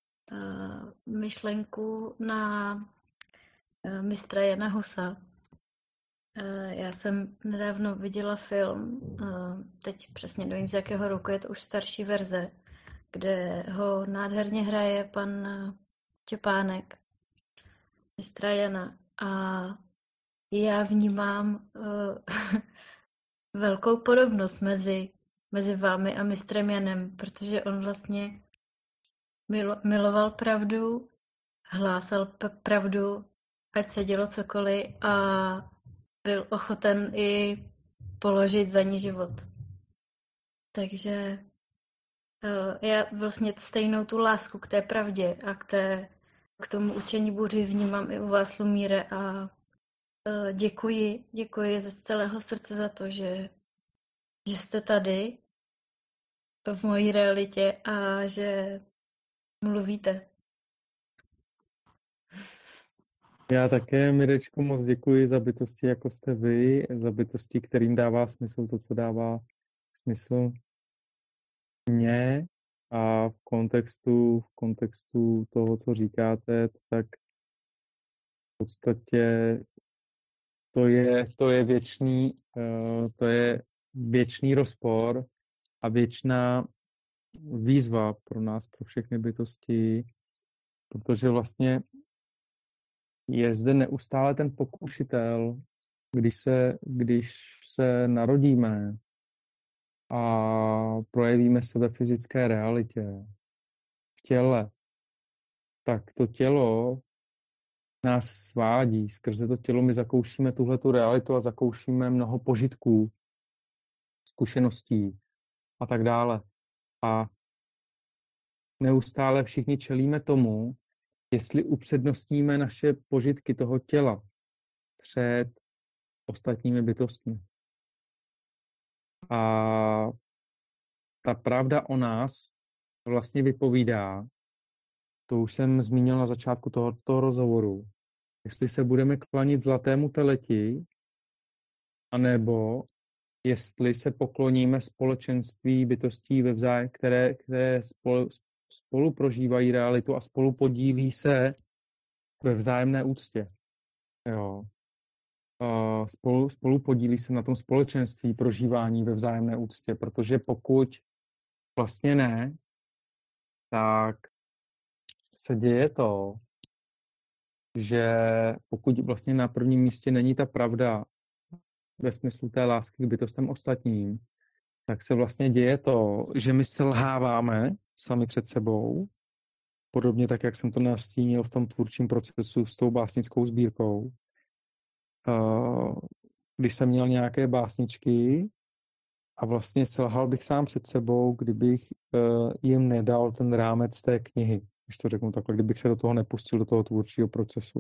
myšlenku na mistra Jana Husa. Já jsem nedávno viděla film, teď přesně nevím, z jakého roku, je to už starší verze, kde ho nádherně hraje pan Čepánek, mistra Jana. A já vnímám velkou podobnost mezi vámi a mistrem Janem, protože on vlastně miloval pravdu, hlásal pravdu, ať se dělo cokoliv a byl ochoten i položit za ní život. Takže já vlastně stejnou tu lásku k té pravdě a k tomu učení Buddhy vnímám i u vás, Lumíre, a děkuji ze celého srdce za to, že jste tady v mojí realitě a že mluvíte. Já také, Mirečko, moc děkuji za bytosti, jako jste vy, za bytosti, kterým dává smysl to, co dává smysl mně a v kontextu toho, co říkáte, tak v podstatě to je věčný rozpor a věčná výzva pro nás, pro všechny bytosti, protože vlastně je zde neustále ten pokušitel, když se narodíme a projevíme se ve fyzické realitě, v těle, tak to tělo nás svádí. Skrze to tělo my zakoušíme tuhletu realitu a zakoušíme mnoho požitků, zkušeností a tak dále. A neustále všichni čelíme tomu, jestli upřednostníme naše požitky toho těla před ostatními bytostmi. A ta pravda o nás vlastně vypovídá, to už jsem zmínil na začátku tohoto rozhovoru, jestli se budeme klanit zlatému teleti, anebo jestli se pokloníme společenství bytostí, které spolu prožívají realitu a spolu podílí se ve vzájemné úctě. Jo. Spolu podílí se na tom společenství prožívání ve vzájemné úctě, protože pokud vlastně ne, tak se děje to, že pokud vlastně na prvním místě není ta pravda ve smyslu té lásky k bytostem ostatním, tak se vlastně děje to, že my selháváme sami před sebou, podobně tak, jak jsem to nastínil v tom tvůrčím procesu s tou básnickou sbírkou. Když jsem měl nějaké básničky a vlastně selhal bych sám před sebou, kdybych jim nedal ten rámec té knihy, když to řeknu takhle, kdybych se do toho nepustil, do toho tvůrčího procesu.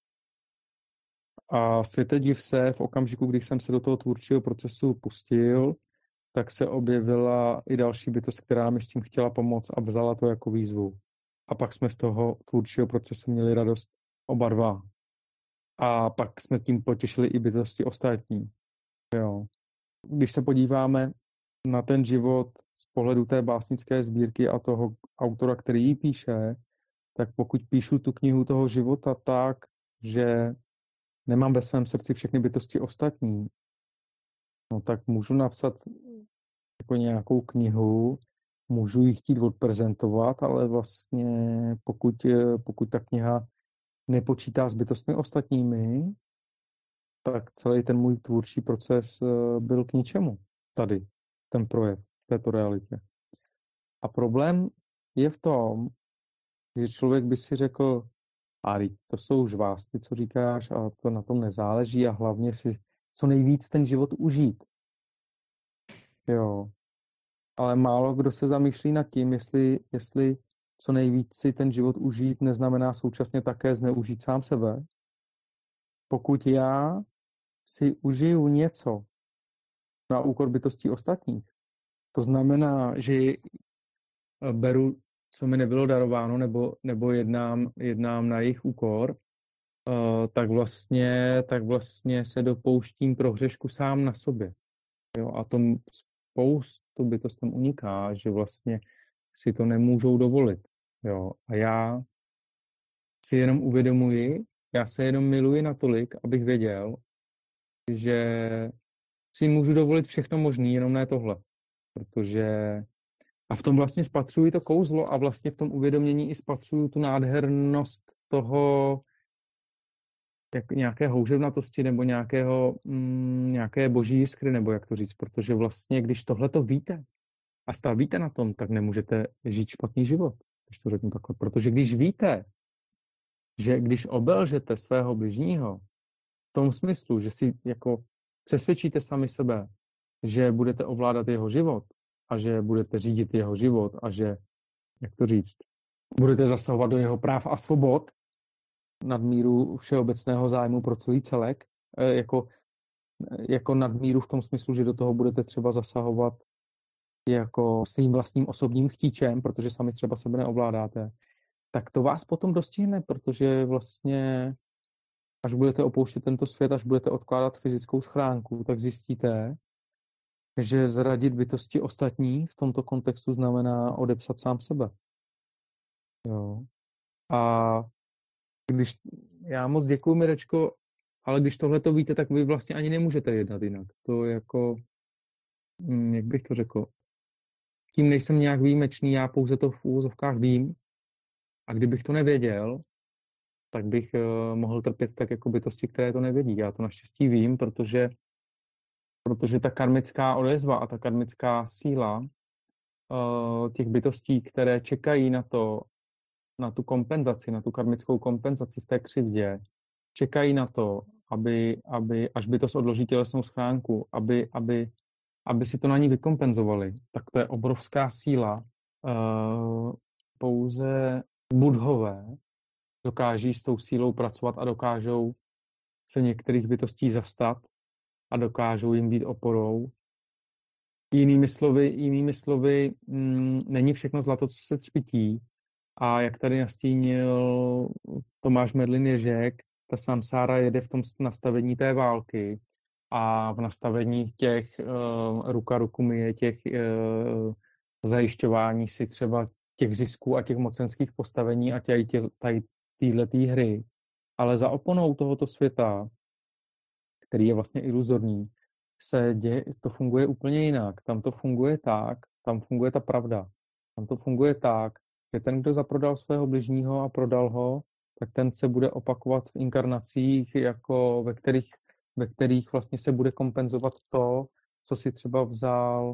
A světe div se, v okamžiku, když jsem se do toho tvůrčího procesu pustil, tak se objevila i další bytost, která mi s tím chtěla pomoct a vzala to jako výzvu. A pak jsme z toho tvůrčího procesu měli radost oba dva. A pak jsme tím potěšili i bytosti ostatní. Jo. Když se podíváme na ten život z pohledu té básnické sbírky a toho autora, který ji píše, tak pokud píšu tu knihu toho života tak, že nemám ve svém srdci všechny bytosti ostatní, no tak můžu napsat jako nějakou knihu, můžu ji chtít odprezentovat, ale vlastně pokud ta kniha nepočítá s bytostmi ostatními, tak celý ten můj tvůrčí proces byl k ničemu. Tady, ten projev v této realitě. A problém je v tom, že člověk by si řekl, a to jsou žvásty, co říkáš, a to na tom nezáleží a hlavně si co nejvíc ten život užít. Jo. Ale málo kdo se zamýšlí nad tím, jestli co nejvíc si ten život užít neznamená současně také zneužít sám sebe. Pokud já si užiju něco na úkor bytostí ostatních, to znamená, že beru, co mi nebylo darováno, nebo jednám na jejich úkor, tak vlastně se dopouštím prohřešku sám na sobě. Jo, a to spoustu bytostem uniká, že vlastně si to nemůžou dovolit. Jo, a já si jenom uvědomuji, já se jenom miluji natolik, abych věděl, že si můžu dovolit všechno možné, jenom ne tohle. A v tom vlastně spatřuji to kouzlo a vlastně v tom uvědomění i spatřuji tu nádhernost toho nějaké houževnatosti nebo nějaké boží jiskry, nebo jak to říct, protože vlastně, když tohle to víte a stavíte na tom, tak nemůžete žít špatný život, když to řeknu takhle. Protože když víte, že když obelžete svého bližního v tom smyslu, že si jako přesvědčíte sami sebe, že budete ovládat jeho život a že budete řídit jeho život a že, jak to říct, budete zasahovat do jeho práv a svobod nadmíru všeobecného zájmu pro celý celek, jako nadmíru v tom smyslu, že do toho budete třeba zasahovat jako svým vlastním osobním chtíčem, protože sami třeba sebe neovládáte, tak to vás potom dostihne, protože vlastně až budete opouštět tento svět, až budete odkládat fyzickou schránku, tak zjistíte, že zradit bytosti ostatní v tomto kontextu znamená odepsat sám sebe. Jo. A já moc děkuju, Mirečko, ale když tohle to víte, tak vy vlastně ani nemůžete jednat jinak. To jako, jak bych to řekl, tím nejsem nějak výjimečný, já pouze to v úvozovkách vím a kdybych to nevěděl, tak bych mohl trpět tak jako bytosti, které to nevědí. Já to naštěstí vím, protože ta karmická odezva a ta karmická síla těch bytostí, které čekají na tu kompenzaci, na tu karmickou kompenzaci v té křivdě, čekají na to, aby až bytost odloží tělesnou schránku, aby si to na ní vykompenzovali, tak to je obrovská síla. Pouze budhové dokáží s tou sílou pracovat a dokážou se některých bytostí zastat a dokážou jim být oporou. Jinými slovy, není všechno zlato, co se třpytí. A jak tady nastínil Tomáš Merlin Ježek, ta samsára jede v tom nastavení té války a v nastavení těch ruka ruku myje, těch zajišťování si třeba těch zisků a těch mocenských postavení a téhletý hry. Ale za oponou tohoto světa, který je vlastně iluzorní, to funguje úplně jinak. Tam to funguje tak, tam funguje ta pravda. Tam to funguje tak, že ten, kdo zaprodal svého bližního a prodal ho, tak ten se bude opakovat v inkarnacích, jako ve kterých vlastně se bude kompenzovat to, co si třeba vzal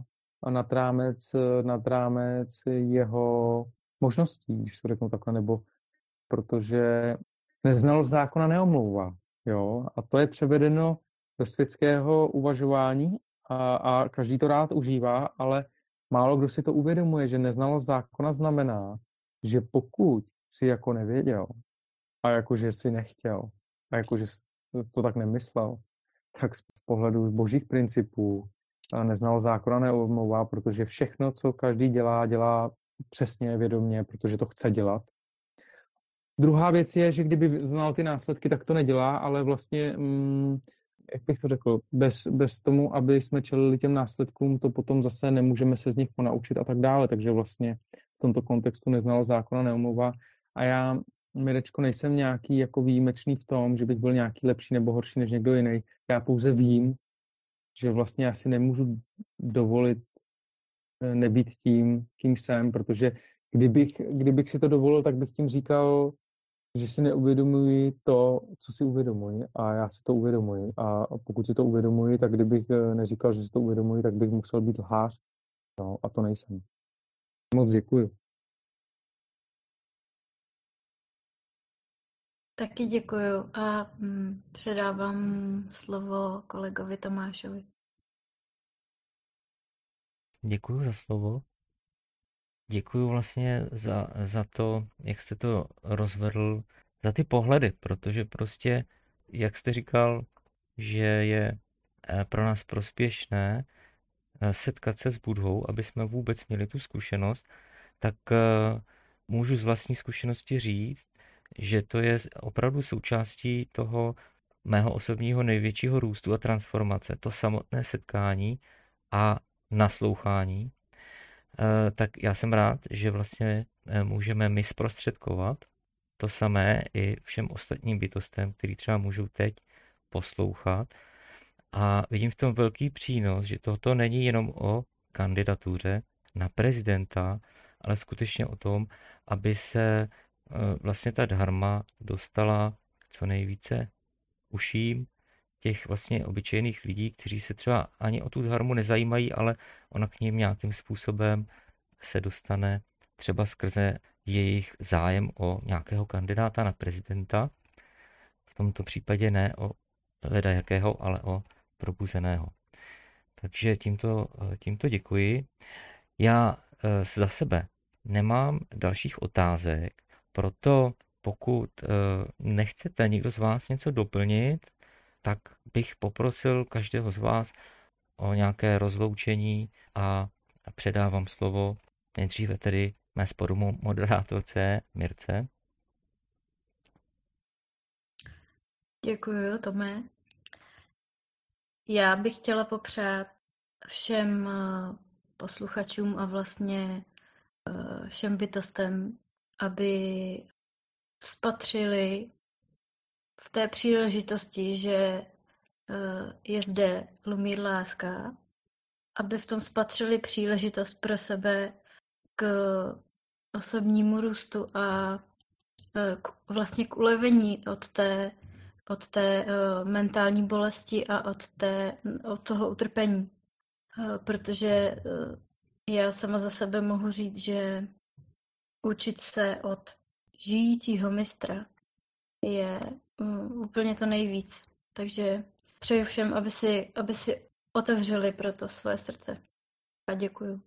nad rámec jeho možností, když to řeknu takhle, nebo protože neznalost zákona neomlouvá. Jo? A to je převedeno do světského uvažování a každý to rád užívá, ale málo kdo si to uvědomuje, že neznalost zákona znamená, že pokud si jako nevěděl a jakože si nechtěl a jakože to tak nemyslel, tak z pohledu božích principů neznalost zákona neomlouvá, protože všechno, co každý dělá přesně, vědomě, protože to chce dělat. Druhá věc je, že kdyby znal ty následky, tak to nedělá, ale vlastně, jak bych to řekl, bez tomu, aby jsme čelili těm následkům, to potom zase nemůžeme se z nich ponaučit a tak dále. Takže vlastně v tomto kontextu neznalost zákona neomlouvá. A já, Mirečko, nejsem nějaký jako výjimečný v tom, že bych byl nějaký lepší nebo horší než někdo jiný. Já pouze vím, že vlastně já si nemůžu dovolit nebýt tím, kým jsem, protože kdybych si to dovolil, tak bych tím říkal, že si neuvědomuji to, co si uvědomuji a já si to uvědomuji. A pokud si to uvědomuji, tak kdybych neříkal, že si to uvědomuji, tak bych musel být lhář. No, a to nejsem. Moc děkuji. Taky děkuju a předávám slovo kolegovi Tomášovi. Děkuju za slovo. Děkuju vlastně za to, jak jste to rozvedl, za ty pohledy, protože prostě, jak jste říkal, že je pro nás prospěšné setkat se s Budhou, aby jsme vůbec měli tu zkušenost, tak můžu z vlastní zkušenosti říct, že to je opravdu součástí toho mého osobního největšího růstu a transformace, to samotné setkání a naslouchání. Tak já jsem rád, že vlastně můžeme my zprostředkovat to samé i všem ostatním bytostem, který třeba můžou teď poslouchat. A vidím v tom velký přínos, že tohoto není jenom o kandidatuře na prezidenta, ale skutečně o tom, aby se vlastně ta dharma dostala co nejvíce uším těch vlastně obyčejných lidí, kteří se třeba ani o tu dharmu nezajímají, ale ona k ním nějakým způsobem se dostane třeba skrze jejich zájem o nějakého kandidáta na prezidenta. V tomto případě ne o ledajakého, ale o probuzeného. Takže tímto děkuji. Já za sebe nemám dalších otázek, proto pokud nechcete někdo z vás něco doplnit, tak bych poprosil každého z vás o nějaké rozloučení a předávám slovo nejdříve tedy mé spolumoderátorce Mirce. Děkuji, Tome. Já bych chtěla popřát všem posluchačům a vlastně všem bytostem, aby spatřili v té příležitosti, že je zde Lumír Láska, aby v tom spatřili příležitost pro sebe k osobnímu růstu a vlastně k ulevení od té mentální bolesti a od toho utrpení. Protože já sama za sebe mohu říct, že učit se od žijícího mistra je úplně to nejvíc. Takže přeju všem, aby si otevřeli pro to svoje srdce. A děkuju.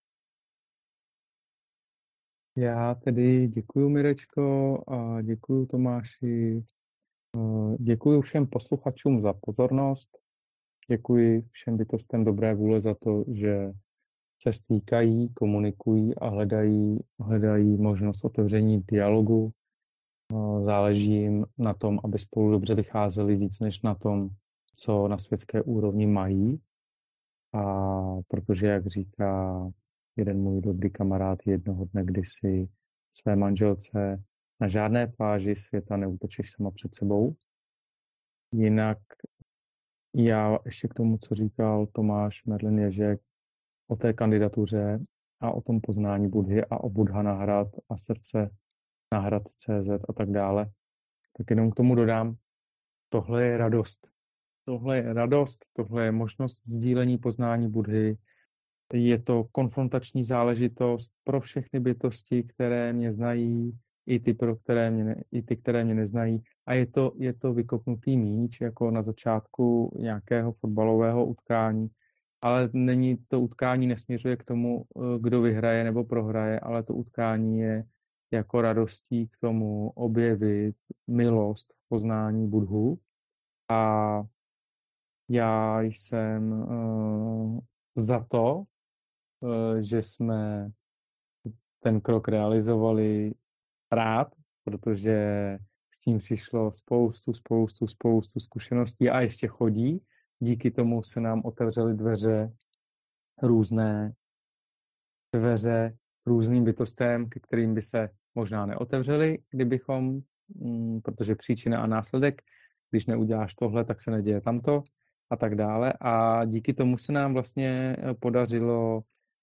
Já tedy děkuju, Mirečko, a děkuju, Tomáši. Děkuju všem posluchačům za pozornost. Děkuji všem bytostem dobré vůle za to, že se stýkají, komunikují a hledají možnost otevření dialogu. Záleží jim na tom, aby spolu dobře vycházeli víc než na tom, co na světské úrovni mají. A protože, jak říká jeden můj dobrý kamarád jednoho dne kdysi své manželce, na žádné pláži světa neútečeš sama před sebou. Jinak já ještě k tomu, co říkal Tomáš Merlin Ježek o té kandidatuře a o tom poznání Budhy a o Buddha na hrad a srdce na hrad.cz a tak dále, tak jenom k tomu dodám, tohle je radost. Tohle je radost, tohle je možnost sdílení poznání Budhy. Je to konfrontační záležitost pro všechny bytosti, které mě znají, i ty, které mě neznají. A je to vykopnutý míč, jako na začátku nějakého fotbalového utkání. Ale to utkání nesměřuje k tomu, kdo vyhraje nebo prohraje, ale to utkání je jako radostí k tomu objevit milost v poznání Budhu. A já jsem za to, že jsme ten krok realizovali rád, protože s tím přišlo spoustu zkušeností a ještě chodí. Díky tomu se nám otevřely různé dveře různým bytostem, ke kterým by se možná neotevřely, protože příčina a následek, když neuděláš tohle, tak se neděje tamto a tak dále. A díky tomu se nám vlastně podařilo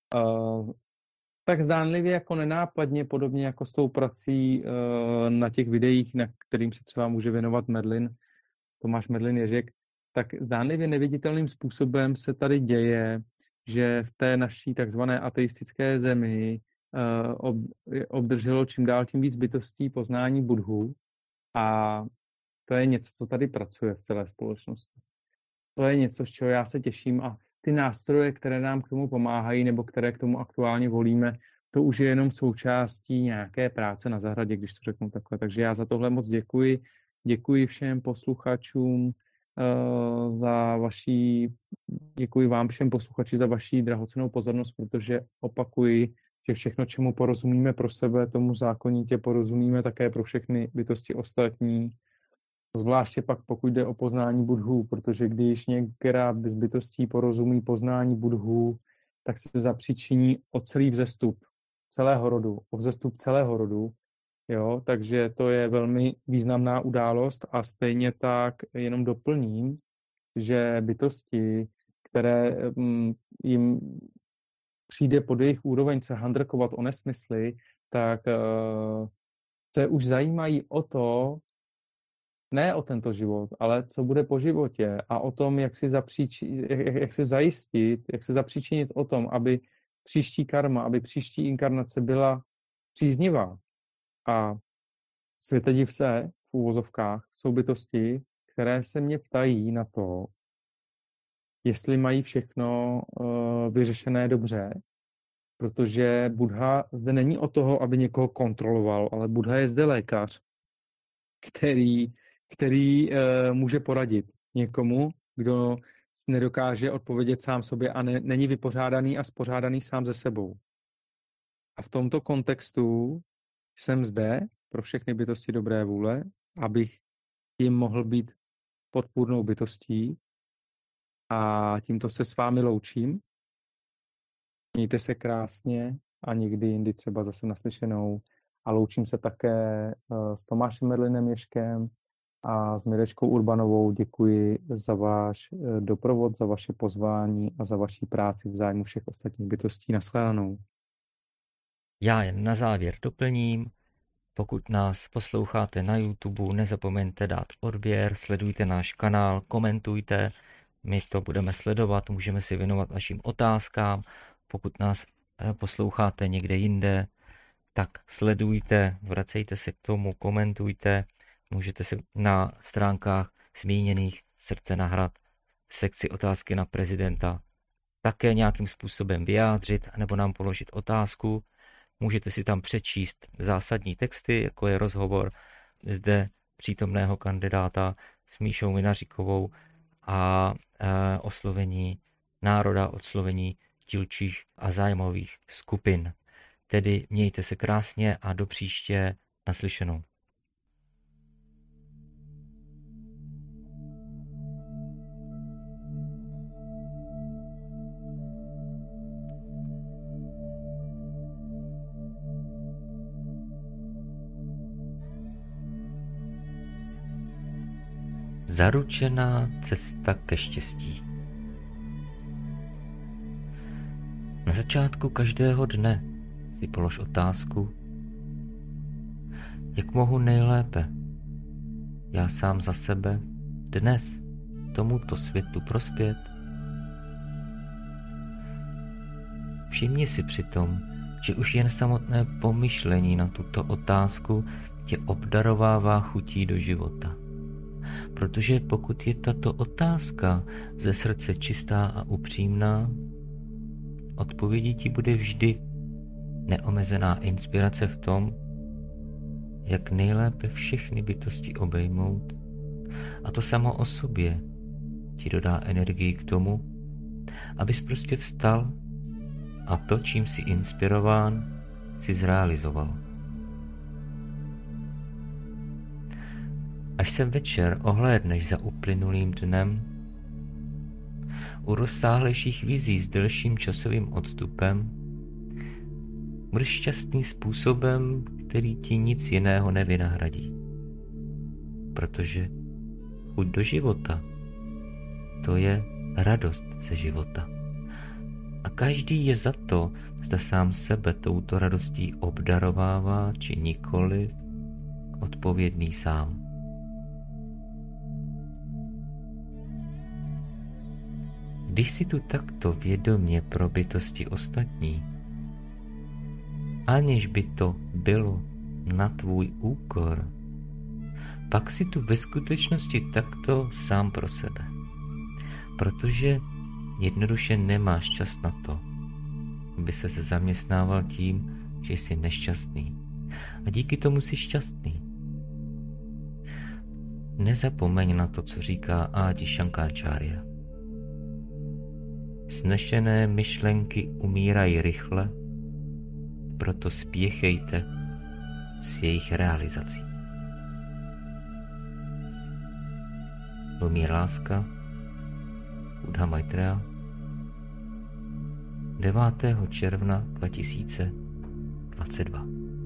tak zdánlivě jako nenápadně, podobně jako s tou prací na těch videích, na kterým se třeba může věnovat Tomáš Merlin Ježek, tak zdánlivě neviditelným způsobem se tady děje, že v té naší takzvané ateistické zemi obdrželo čím dál tím víc bytostí poznání Budhu a to je něco, co tady pracuje v celé společnosti. To je něco, z čeho já se těším a ty nástroje, které nám k tomu pomáhají nebo které k tomu aktuálně volíme, to už je jenom součástí nějaké práce na zahradě, když to řeknu takhle. Takže já za tohle moc děkuji. Děkuji všem posluchačům děkuji vám všem posluchači za vaši drahocennou pozornost, protože opakuji, že všechno, čemu porozumíme pro sebe, tomu zákonitě porozumíme také pro všechny bytosti ostatní. Zvláště pak pokud jde o poznání Budhu, protože když některá z bytostí porozumí poznání Budhu, tak se zapříčiní o celý vzestup celého rodu, o vzestup celého rodu. Jo, takže to je velmi významná událost a stejně tak jenom doplním, že bytosti, které jim přijde pod jejich úroveň se handrkovat o nesmysly, tak se už zajímají o to, ne o tento život, ale co bude po životě a o tom, jak se zajistit, jak se zapříčinit o tom, aby příští karma, aby příští inkarnace byla příznivá. A světedivce v úvozovkách jsou bytosti, které se mě ptají na to, jestli mají všechno vyřešené dobře, protože Buddha zde není o toho, aby někoho kontroloval, ale Buddha je zde lékař, který může poradit někomu, kdo nedokáže odpovědět sám sobě a není vypořádaný a spořádaný sám ze sebou. A v tomto kontextu jsem zde pro všechny bytosti dobré vůle, abych jim mohl být podpůrnou bytostí a tímto se s vámi loučím. Mějte se krásně a někdy jindy třeba zase naslyšenou. A loučím se také s Tomášem Merlinem Ježkem A s Mirečkou Urbanovou děkuji za váš doprovod, za vaše pozvání a za vaši práci v zájmu všech ostatních bytostí. Nashledanou. Já jen na závěr doplním, pokud nás posloucháte na YouTube, nezapomeňte dát odběr, sledujte náš kanál, komentujte, my to budeme sledovat, můžeme si věnovat našim otázkám. Pokud nás posloucháte někde jinde, tak sledujte, vracejte se k tomu, komentujte, můžete se na stránkách zmíněných Srdce na hrad v sekci otázky na prezidenta také nějakým způsobem vyjádřit nebo nám položit otázku. Můžete si tam přečíst zásadní texty, jako je rozhovor zde přítomného kandidáta s Míšou Minaříkovou a oslovení národa, oslovení dílčích a zájmových skupin. Tedy mějte se krásně a do příště, naslyšenou. Zaručená cesta ke štěstí. Na začátku každého dne si polož otázku, jak mohu nejlépe já sám za sebe dnes tomuto světu prospět. Všimni si přitom, že už jen samotné pomyšlení na tuto otázku tě obdarovává chutí do života. Protože pokud je tato otázka ze srdce čistá a upřímná, odpovědí ti bude vždy neomezená inspirace v tom, jak nejlépe všechny bytosti obejmout, a to samo o sobě ti dodá energii k tomu, abys prostě vstal a to, čím jsi inspirován, si zrealizoval. Až se večer ohlédneš za uplynulým dnem, u rozsáhlejších vizí s delším časovým odstupem, budeš šťastný způsobem, který ti nic jiného nevynahradí. Protože chuť do života, to je radost ze života. A každý je za to, zda sám sebe touto radostí obdarovává, či nikoli, odpovědný sám. Když si tu takto vědomě pro bytosti ostatní, aniž by to bylo na tvůj úkor, pak si tu ve skutečnosti takto sám pro sebe. Protože jednoduše nemáš čas na to, aby se zaměstnával tím, že jsi nešťastný. A díky tomu jsi šťastný. Nezapomeň na to, co říká Adi Shankaracharya. Snešené myšlenky umírají rychle, proto spěchejte s jejich realizací. Lumír Láska, Buddha Maitreya, 9. června 2022.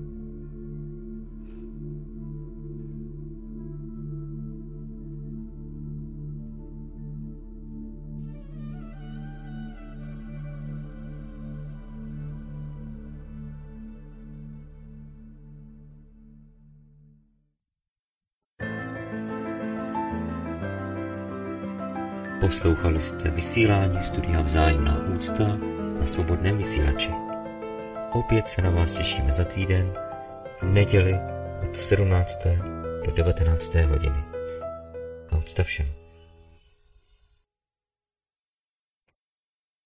Poslouchali jste vysílání Studia Vzájemná úcta na svobodném vysílači. Opět se na vás těšíme za týden, v neděli od 17. do 19. hodiny. A úcta všem.